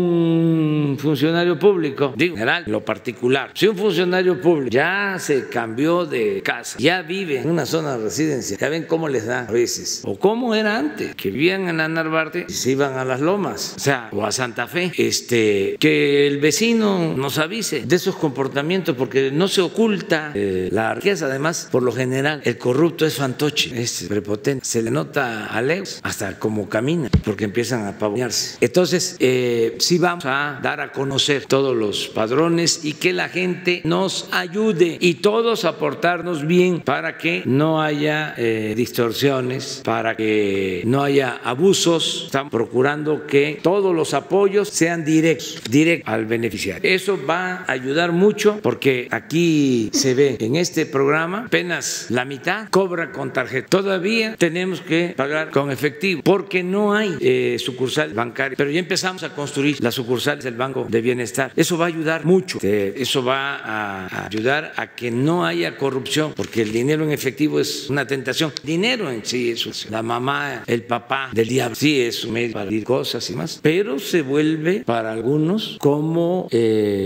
un funcionario público, digo, en general, en lo particular, si un funcionario público ya se cambió de casa, ya vive en una zona de residencia, ya ven cómo les da a veces, o cómo era antes, que vivían en la Narvarte y se iban a las Lomas, o sea, o a Santa Fe, este, que el vecino nos avise de esos comportamientos, porque no se oculta eh, la riqueza. Además, por lo general, el corrupto es fantoche, es prepotente, se le nota a lejos hasta cómo camina, porque empiezan a pavonearse. Entonces, eh, sí vamos a dar a conocer todos los padrones y que la gente nos ayude y todos aportarnos bien para que no haya eh, distorsiones, para que no haya abusos. Estamos procurando que todos los apoyos sean directos, directos al beneficiario. Eso va a ayudar mucho porque aquí se ve en este programa apenas la mitad cobra con tarjeta. Todavía tenemos que pagar con efectivo porque no hay eh, sucursal bancaria, pero ya empezamos a construir las sucursales del Banco de Bienestar. Eso va a ayudar mucho. Eso va a ayudar a que no haya corrupción, porque el dinero en efectivo es una tentación. Dinero en sí es la mamá, el papá del diablo. Sí, es un medio para decir cosas y más, pero se vuelve para algunos como eh,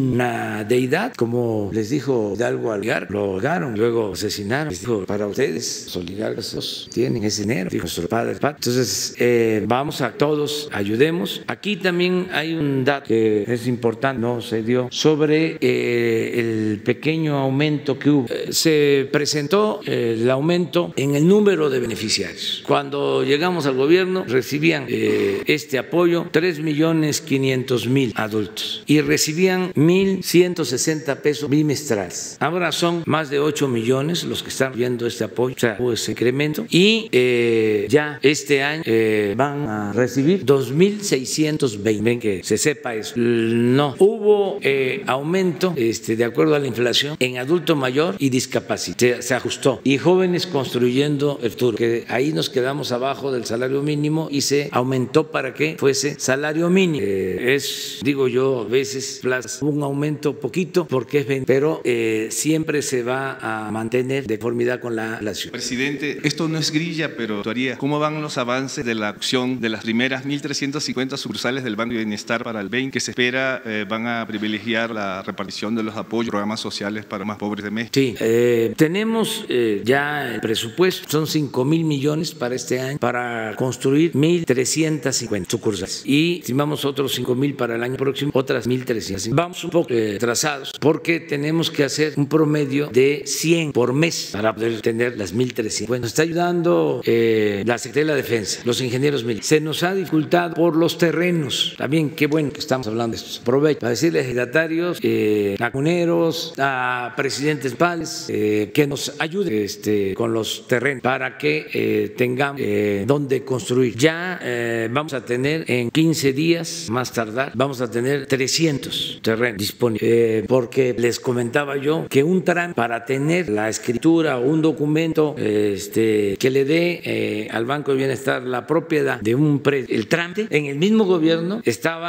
una deidad, como les dijo Hidalgo al oligarca. Lo holgaron, luego asesinaron. Les dijo, para ustedes, los oligarcas tienen ese dinero, dijo nuestro padre. Entonces, eh, vamos a todos, ayudemos. Aquí también hay un dato que es importante, no se dio, sobre eh, el pequeño aumento que hubo. Eh, se presentó eh, el aumento en el número de beneficiarios. Cuando llegamos al gobierno, recibían eh, este apoyo tres millones quinientos mil adultos y recibían mil ciento sesenta pesos bimestrales. Ahora son más de ocho millones los que están viendo este apoyo, o sea, hubo ese incremento. Y eh, ya este año eh, van a recibir dos mil seiscientos veinte. Ven que se sepa eso. No hubo eh, aumento este, de acuerdo a la inflación en adulto mayor y discapacidad. Se, se ajustó. Y jóvenes construyendo el futuro, que ahí nos quedamos abajo del salario mínimo y se aumentó para que fuese salario mínimo. Eh, es, digo yo, a veces un aumento poquito porque es veinte, pero eh, siempre se va a mantener de conformidad con la inflación. Presidente, esto no es grilla, pero actuaría. ¿Cómo van los avances de la acción de las primeras mil trescientas cincuenta sucursales del Banco de Bienestar para el veinte, que se espera eh, van a privilegiar la repartición de los apoyos, programas sociales para más pobres de México? Sí, eh, tenemos eh, ya el presupuesto, son cinco mil millones para este año, para construir mil trescientas cincuenta sucursales y estimamos otros cinco mil para el año próximo, otras mil trescientas. Vamos un poco eh, trazados porque tenemos que hacer un promedio de cien por mes para poder tener las mil trescientas. Bueno, nos está ayudando eh, la Secretaría de la Defensa, los ingenieros militares. Se nos ha dificultado por los terrenos. También qué bueno que estamos hablando de esto. Aprovecho para decirles a legislatarios, eh, a comuneros, a presidentes municipales eh, que nos ayuden este, con los terrenos para que eh, tengamos eh, donde construir. Ya eh, vamos a tener en quince días, más tardar, vamos a tener trescientos terrenos disponibles. Eh, porque les comentaba yo que un trámite para tener la escritura o un documento este, que le dé eh, al Banco de Bienestar la propiedad de un predio, el trámite en el mismo gobierno estaba eh,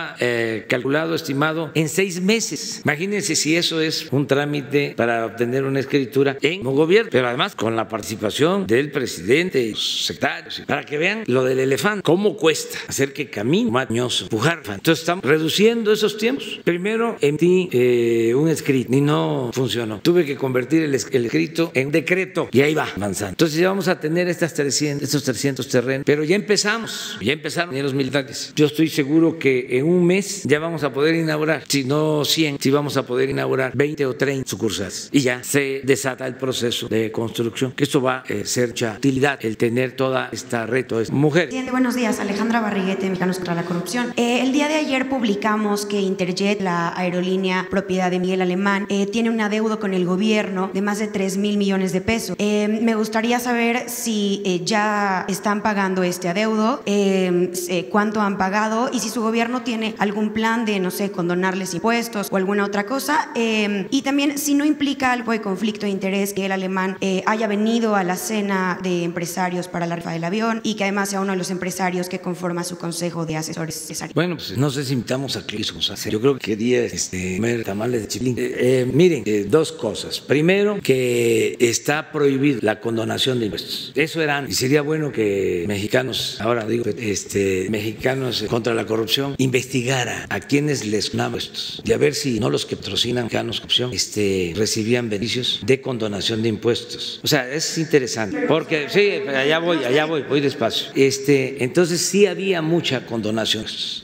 eh, calculado, estimado, en seis meses. Imagínense si eso es un trámite para obtener una escritura en un gobierno, pero además con la participación del presidente y sus secretarios, para que vean lo del elefante, cómo cuesta hacer que camine mañoso, empujar. Entonces estamos reduciendo esos tiempos. Primero emití eh, un escrito y no funcionó. Tuve que convertir el, el escrito en decreto y ahí va avanzando. Entonces ya vamos a tener estas trescientos, estos trescientos terrenos, pero ya empezamos, ya empezaron los militares. Yo estoy seguro que en un mes ya vamos a poder inaugurar, si no cien, si vamos a poder inaugurar veinte o treinta sucursales y ya se desata el proceso de construcción, que esto va a eh, ser mucha utilidad, el tener toda esta red. Mujer. Presidente, buenos días. Alejandra Barriguete, Mexicanos contra la Corrupción. Eh, el día de ayer publicamos que Interjet, la aerolínea propiedad de Miguel Alemán, eh, tiene un adeudo con el gobierno de más de tres mil millones de pesos. Eh, me gustaría saber si eh, ya están pagando este adeudo, eh, eh, cuánto han pagado y si su gobierno tiene algún plan de, no sé, condonarles impuestos o alguna otra cosa. Eh, y también si no implica algo de conflicto de interés que el alemán eh, haya venido a la cena de empresarios para la rifa del avión y que además sea uno de los empresarios que conforma su consejo de asesores. Bueno, pues no sé si invitamos a Cris González. Yo creo que quería este, comer tamales de chilín. Eh, eh, miren, eh, dos cosas. Primero, que está prohibido la condonación de impuestos. Eso era antes. Y sería bueno que mexicanos, ahora digo, este, mexicanos contra la corrupción, investigara a quienes les donaban impuestos y a ver si no los que patrocinan mexicanos corrupción este, recibían beneficios de condonación de impuestos. O sea, es interesante. Porque, sí, allá voy, allá voy, voy despacio. Este, entonces sí había mucha condonación.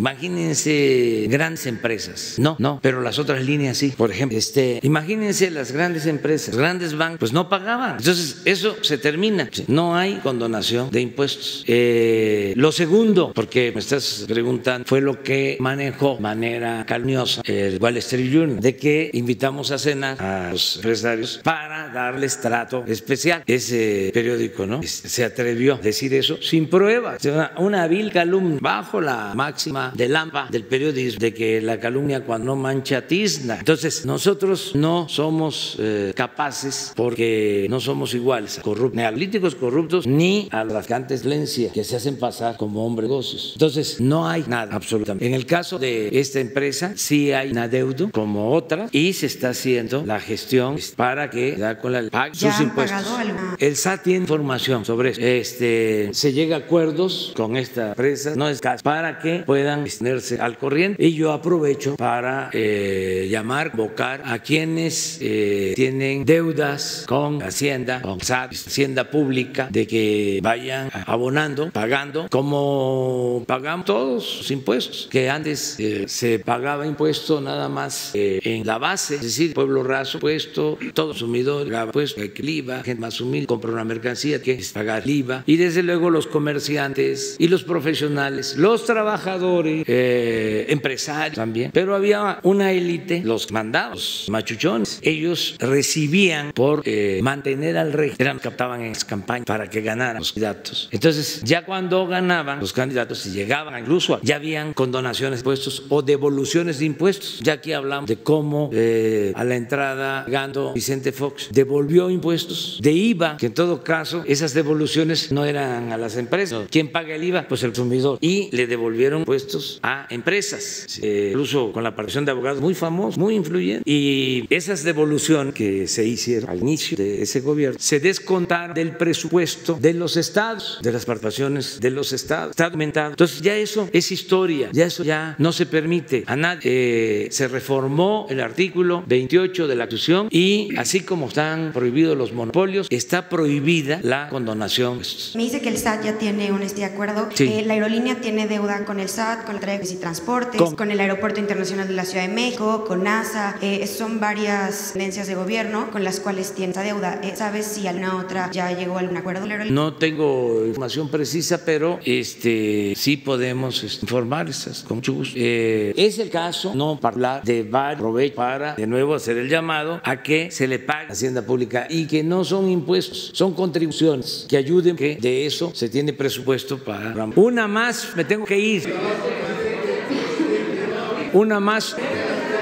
Imagínense grandes empresas. No, no, pero las otras líneas sí. Por ejemplo, este, imagínense las grandes empresas, grandes bancos, pues no pagaban. Entonces eso se termina. No hay condonación de impuestos. Eh, lo segundo, porque me estás preguntando, fue lo que manejó de manera calumniosa el Wall Street Journal, de que invitamos a cenar a los empresarios para darles trato especial. Ese periódico, ¿no? Se atrevió a decir eso sin pruebas. Una, una vil calumnia bajo la máxima del AMPA del periodismo, de que la calumnia cuando no mancha tizna. Entonces nosotros no somos eh, capaces, porque no somos iguales a corruptos, ni a políticos corruptos ni a los traficantes lencia que se hacen pasar como hombres negocios. Entonces no hay nada absolutamente. En el caso de esta empresa sí hay un adeudo como otras y se está haciendo la gestión para que da con la pague sus impuestos. El S A T tiene información sobre eso. Este, se llega a acuerdos con esta empresa, no es caso, para que puedan tenerse al corriente. Y yo aprovecho para eh, llamar, convocar a quienes eh, tienen deudas con Hacienda, con S A T, Hacienda Pública, de que vayan abonando, pagando, como pagamos todos los impuestos, que antes eh, se pagaba impuesto nada más eh, en la base, es decir, pueblo raso, puesto, todo consumidor pagaba impuesto, el I V A, gente más humilde compra una mercancía que es pagar el I V A, y desde luego los comerciantes y los profesionales, los trabajadores, eh, empresarios también, pero había una élite, los mandados, machuchones, ellos recibían por eh, mantener al rey, eran captaban en las campañas para que ganaran los candidatos. Entonces, ya cuando ganaban los candidatos y llegaban incluso, ya habían condonaciones de impuestos o devoluciones de impuestos. Ya aquí hablamos de cómo eh, a la entrada Gando Vicente Fox devolvió impuestos de I V A, que en todo caso esas devoluciones no eran a las empresas. ¿Quién paga el I V A? Pues el consumidor. Y le devolvieron impuestos a empresas, eh, incluso con la participación de abogados muy famosos, muy influyentes. Y esas devoluciones que se hicieron al inicio de ese gobierno se descontaron del presupuesto de los estados, de las participaciones de los estados. Está documentado. Entonces ya eso es historia, ya eso ya no se permite a nadie. Eh, se reformó el artículo veintiocho de la Constitución y así como están prohibidos los monopolios, está prohibida la condonación. Me dice que el S A T ya tiene un este acuerdo. Sí. Eh, la aerolínea tiene deuda con el S A T, con la Secretaría de y Transportes, con, con el Aeropuerto Internacional de la Ciudad de México, con NASA. Eh, son varias tendencias de gobierno con las cuales tiene esa deuda. Eh, ¿Sabes si alguna otra ya llegó a algún acuerdo? No tengo información precisa, pero este sí podemos este, informarles con mucho gusto. Eh, es el caso, no para hablar de varios provecho para de nuevo hacer el llamado a que se le pague a Hacienda Pública y que no son impuestos, son contribuciones que ayuden, que de eso se tiene presupuesto para. Una más, me tengo que ir. Una más.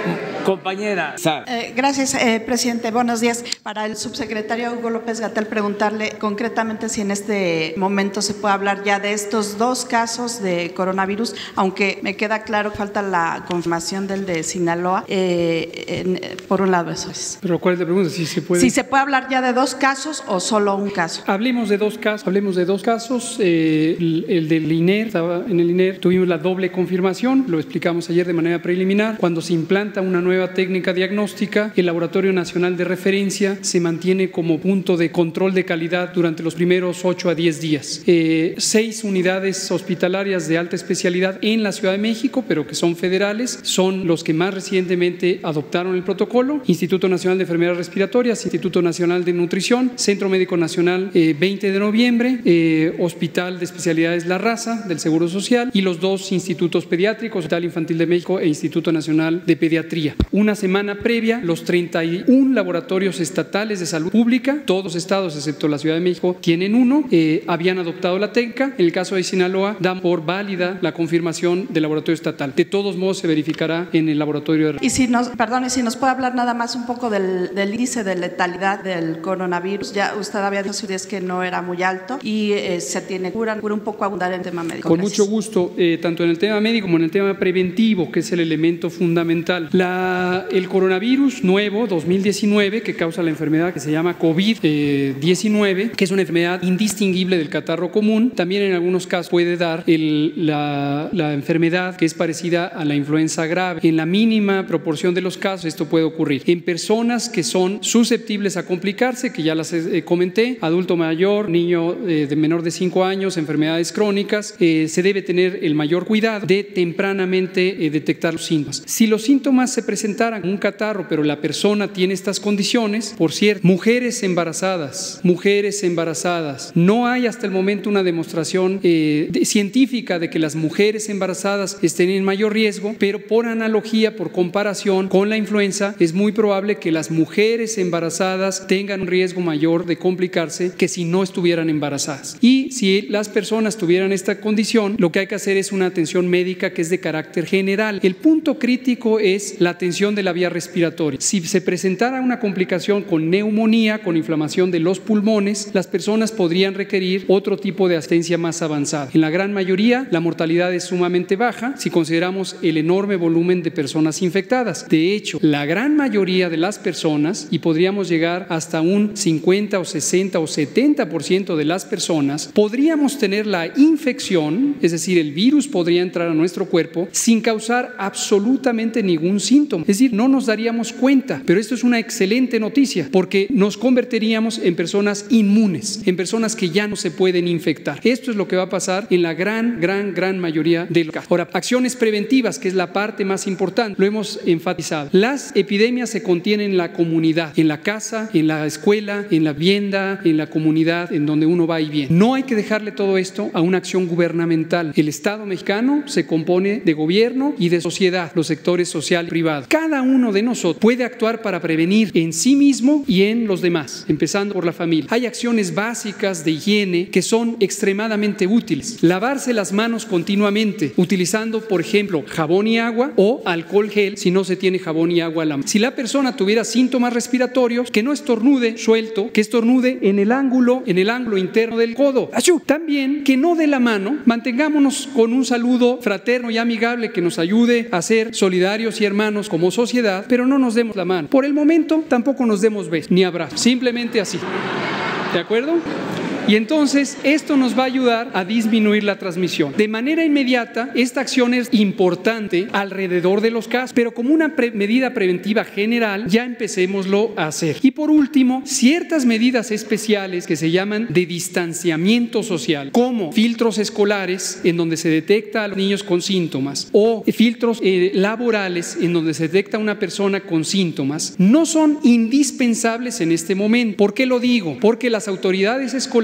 Compañera Sara. Eh, gracias, eh, presidente. Buenos días. Para el subsecretario Hugo López-Gatell, preguntarle concretamente si en este momento se puede hablar ya de estos dos casos de coronavirus, aunque me queda claro que falta la confirmación del de Sinaloa. Eh, en, por un lado, eso es. Pero ¿cuál es la pregunta? Si se puede. Si se puede hablar ya de dos casos o solo un caso. Hablemos de dos casos. Hablemos de dos casos. Eh, el, el del I N E R, estaba en el I N E R, tuvimos la doble confirmación, lo explicamos ayer de manera preliminar. Cuando se implanta una nueva técnica diagnóstica, el Laboratorio Nacional de Referencia se mantiene como punto de control de calidad durante los primeros ocho a diez días. Eh, seis unidades hospitalarias de alta especialidad en la Ciudad de México, pero que son federales, son los que más recientemente adoptaron el protocolo: Instituto Nacional de Enfermedades Respiratorias, Instituto Nacional de Nutrición, Centro Médico Nacional eh, veinte de noviembre, eh, Hospital de Especialidades La Raza del Seguro Social y los dos institutos pediátricos, Hospital Infantil de México e Instituto Nacional de Pediatría. Una semana previa, los treinta y uno laboratorios estatales de salud pública, todos los estados excepto la Ciudad de México tienen uno, eh, habían adoptado la técnica. En el caso de Sinaloa, dan por válida la confirmación del laboratorio estatal. De todos modos, se verificará en el laboratorio de... Y si nos, perdón, y si nos puede hablar nada más un poco del, del índice de letalidad del coronavirus. Ya usted había dicho que no era muy alto y eh, se tiene cura, cura un poco abundar en el tema médico. Con Gracias. mucho gusto, eh, tanto en el tema médico como en el tema preventivo, que es el elemento fundamental. La, el coronavirus nuevo dos mil diecinueve, que causa la enfermedad que se llama COVID diecinueve, que es una enfermedad indistinguible del catarro común, también en algunos casos puede dar el, la, la enfermedad que es parecida a la influenza grave. En la mínima proporción de los casos esto puede ocurrir en personas que son susceptibles a complicarse, que ya las eh, comenté: adulto mayor, niño eh, de menor de cinco años, enfermedades crónicas. Eh, se debe tener el mayor cuidado de tempranamente eh, detectar los síntomas. Si los síntomas se presentaran como un catarro, pero la persona tiene estas condiciones, por cierto, mujeres embarazadas, mujeres embarazadas, no hay hasta el momento una demostración eh, de, científica de que las mujeres embarazadas estén en mayor riesgo, pero por analogía, por comparación con la influenza, es muy probable que las mujeres embarazadas tengan un riesgo mayor de complicarse que si no estuvieran embarazadas. Y si las personas tuvieran esta condición, lo que hay que hacer es una atención médica que es de carácter general. El punto crítico es la atención de la vía respiratoria. Si se presentara una complicación con neumonía, con inflamación de los pulmones, las personas podrían requerir otro tipo de asistencia más avanzada. En la gran mayoría, la mortalidad es sumamente baja si consideramos el enorme volumen de personas infectadas. De hecho, la gran mayoría de las personas, y podríamos llegar hasta un cincuenta o sesenta o setenta por ciento de las personas, podríamos tener la infección, es decir, el virus podría entrar a nuestro cuerpo sin causar absolutamente ningún síntoma. Es decir, no nos daríamos cuenta, pero esto es una excelente noticia porque nos convertiríamos en personas inmunes, en personas que ya no se pueden infectar. Esto es lo que va a pasar en la gran, gran, gran mayoría de los casos. Ahora, acciones preventivas, que es la parte más importante, lo hemos enfatizado. Las epidemias se contienen en la comunidad, en la casa, en la escuela, en la vivienda, en la comunidad en donde uno va y viene. No hay que dejarle todo esto a una acción gubernamental. El Estado mexicano se compone de gobierno y de sociedad, los sectores social y privado. Cada uno de nosotros puede actuar para prevenir en sí mismo y en los demás, empezando por la familia. Hay acciones básicas de higiene que son extremadamente útiles. Lavarse las manos continuamente, utilizando, por ejemplo, jabón y agua o alcohol gel si no se tiene jabón y agua a la mano. Si la persona tuviera síntomas respiratorios, que no estornude suelto, que estornude en el ángulo, en el ángulo interno del codo. ¡Achú! También que no de la mano, mantengámonos con un saludo fraterno y amigable que nos ayude a ser solidarios y hermanos como sociedad, pero no nos demos la mano. Por el momento tampoco nos demos besos ni abrazos, simplemente así. ¿De acuerdo? Y entonces esto nos va a ayudar a disminuir la transmisión. De manera inmediata, esta acción es importante alrededor de los casos, pero como una pre- medida preventiva general, ya empecémoslo a hacer. Y por último, ciertas medidas especiales que se llaman de distanciamiento social, como filtros escolares en donde se detecta a los niños con síntomas o filtros eh, laborales en donde se detecta a una persona con síntomas, no son indispensables en este momento. ¿Por qué lo digo? Porque las autoridades escolares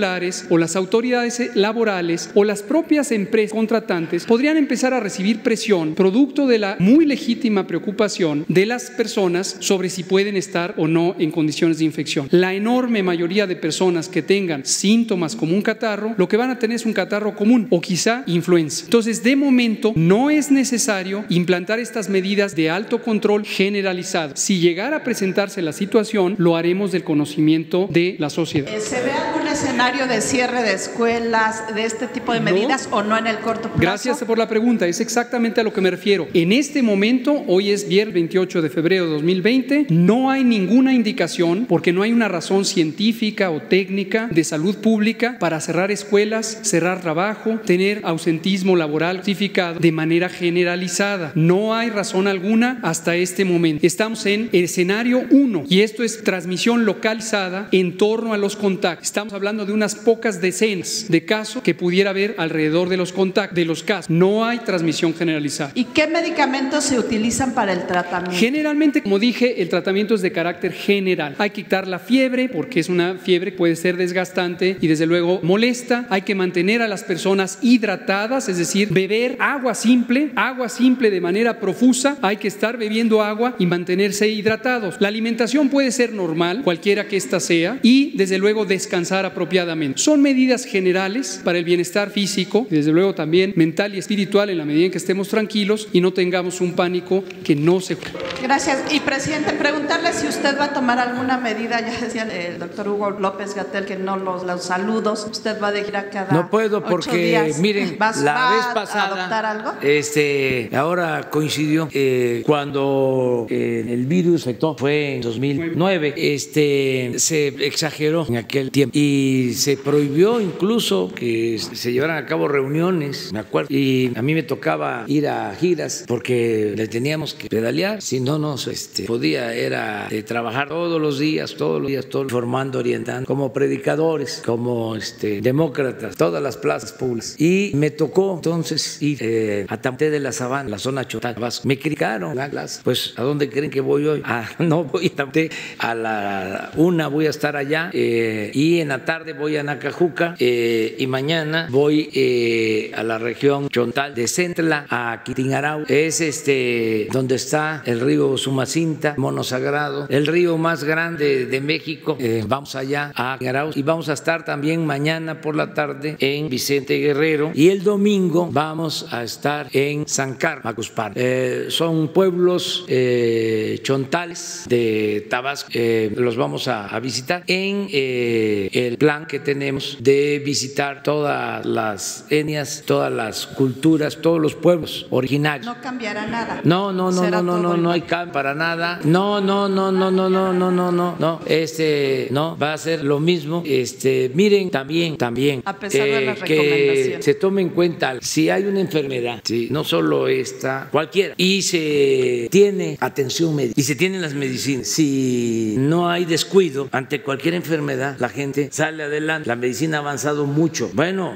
escolares o las autoridades laborales o las propias empresas contratantes podrían empezar a recibir presión producto de la muy legítima preocupación de las personas sobre si pueden estar o no en condiciones de infección. La enorme mayoría de personas que tengan síntomas como un catarro, lo que van a tener es un catarro común o quizá influenza. Entonces, de momento, no es necesario implantar estas medidas de alto control generalizado. Si llegara a presentarse la situación, lo haremos del conocimiento de la sociedad. ¿Se ve algún escenario de cierre de escuelas, de este tipo de medidas, no, o no en el corto plazo? Gracias por la pregunta, es exactamente a lo que me refiero. En este momento, hoy es viernes veintiocho de febrero de dos mil veinte, no hay ninguna indicación, porque no hay una razón científica o técnica de salud pública para cerrar escuelas, cerrar trabajo, tener ausentismo laboral justificado de manera generalizada. No hay razón alguna hasta este momento. Estamos en el escenario uno y esto es transmisión localizada en torno a los contactos. Estamos hablando de unas pocas decenas de casos que pudiera haber alrededor de los contactos, de los casos. No hay transmisión generalizada. ¿Y qué medicamentos se utilizan para el tratamiento? Generalmente, como dije, el tratamiento es de carácter general. Hay que quitar la fiebre porque es una fiebre que puede ser desgastante y desde luego molesta. Hay que mantener a las personas hidratadas, es decir, beber agua simple, agua simple de manera profusa. Hay que estar bebiendo agua y mantenerse hidratados. La alimentación puede ser normal, cualquiera que ésta sea, y desde luego descansar apropiadamente. Son medidas generales para el bienestar físico y desde luego también mental y espiritual en la medida en que estemos tranquilos y no tengamos un pánico que no se... Gracias. Y presidente, preguntarle si usted va a tomar alguna medida, ya decía el doctor Hugo López-Gatell que no los, los saludos, usted va a dejar a cada No puedo porque, días. miren, ¿Va, la va vez pasada, a adoptar algo? este, ahora coincidió eh, cuando eh, el virus afectó, fue en dos mil nueve, este, se exageró en aquel tiempo y se prohibió incluso que se llevaran a cabo reuniones, me acuerdo, y a mí me tocaba ir a giras porque le teníamos que pedalear, si no nos este, podía, era de trabajar todos los días, todos los días, todo, formando, orientando, como predicadores, como este, demócratas, todas las plazas públicas. Y me tocó entonces ir eh, a Tampé de la Sabana, la zona Chotá, Tabasco. Me criticaron la clase. Pues, ¿a dónde creen que voy hoy? Ah, no voy a Tampé, a la una voy a estar allá eh, y en la tarde voy a Nacajuca eh, y mañana voy eh, a la región Chontal de Centla, a Quitinarau. Es este donde está el río Sumacinta, Mono Sagrado, el río más grande de México. Eh, vamos allá a Quitinarau y vamos a estar también mañana por la tarde en Vicente Guerrero y el domingo vamos a estar en San Carlos, Macuspana. Eh, son pueblos eh, chontales de Tabasco. Eh, los vamos a, a visitar en eh, el plan que tenemos de visitar todas las etnias, todas las culturas, todos los pueblos originarios. No cambiará nada. No, no, no, no, no, no, no hay cambio para nada. No, no, no, no, no, no, no, no, no, no. Este, no, va a ser lo mismo. Este, miren también, también. A pesar eh, de las que recomendaciones. se tome en cuenta si hay una enfermedad, sí, no solo esta, cualquiera, y se tiene atención médica y se tienen las medicinas. Si no hay descuido ante cualquier enfermedad, la gente sale adelante. La medicina ha avanzado mucho. Bueno,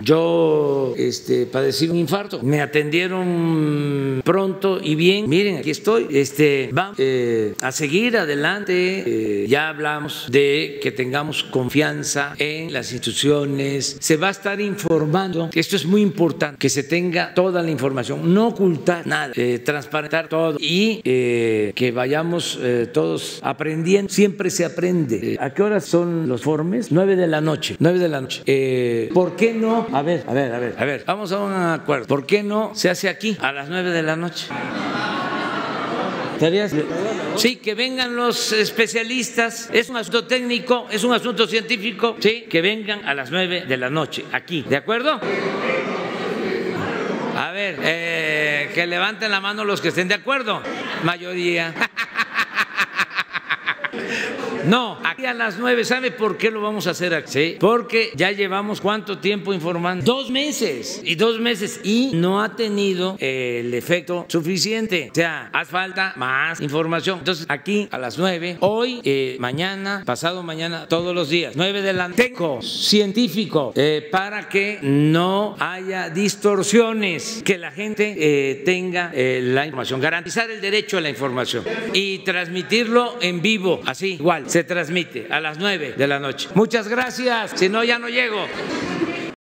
yo este, padecí un infarto, me atendieron pronto y bien. Miren, aquí estoy. Este, vamos eh, a seguir adelante. Eh, ya hablamos de que tengamos confianza en las instituciones. Se va a estar informando. Esto es muy importante, que se tenga toda la información, no ocultar nada, eh, transparentar todo y eh, que vayamos eh, todos aprendiendo. Siempre se aprende. Eh, ¿A qué horas son los formes? Nueve de la noche. Nueve de la noche. Eh, ¿Por qué no? A ver, a ver, a ver, a ver. Vamos a un acuerdo. ¿Por qué no se hace aquí a las nueve de la noche? Sí, que vengan los especialistas. Es un asunto técnico, es un asunto científico. Sí, que vengan a las nueve de la noche aquí. ¿De acuerdo? A ver, eh, que levanten la mano los que estén de acuerdo. Mayoría. No, aquí a las nueve. ¿Sabe por qué lo vamos a hacer aquí? ¿Sí? Porque ya llevamos ¿cuánto tiempo informando? Dos meses. Y dos meses. Y no ha tenido el efecto suficiente. O sea, hace falta más información. Entonces, aquí a las nueve, hoy, eh, mañana, pasado mañana, todos los días, nueve de la noche, científico, eh, para que no haya distorsiones, que la gente eh, tenga eh, la información, garantizar el derecho a la información y transmitirlo en vivo, así, igual, se transmite a las nueve de la noche. Muchas gracias, si no ya no llego.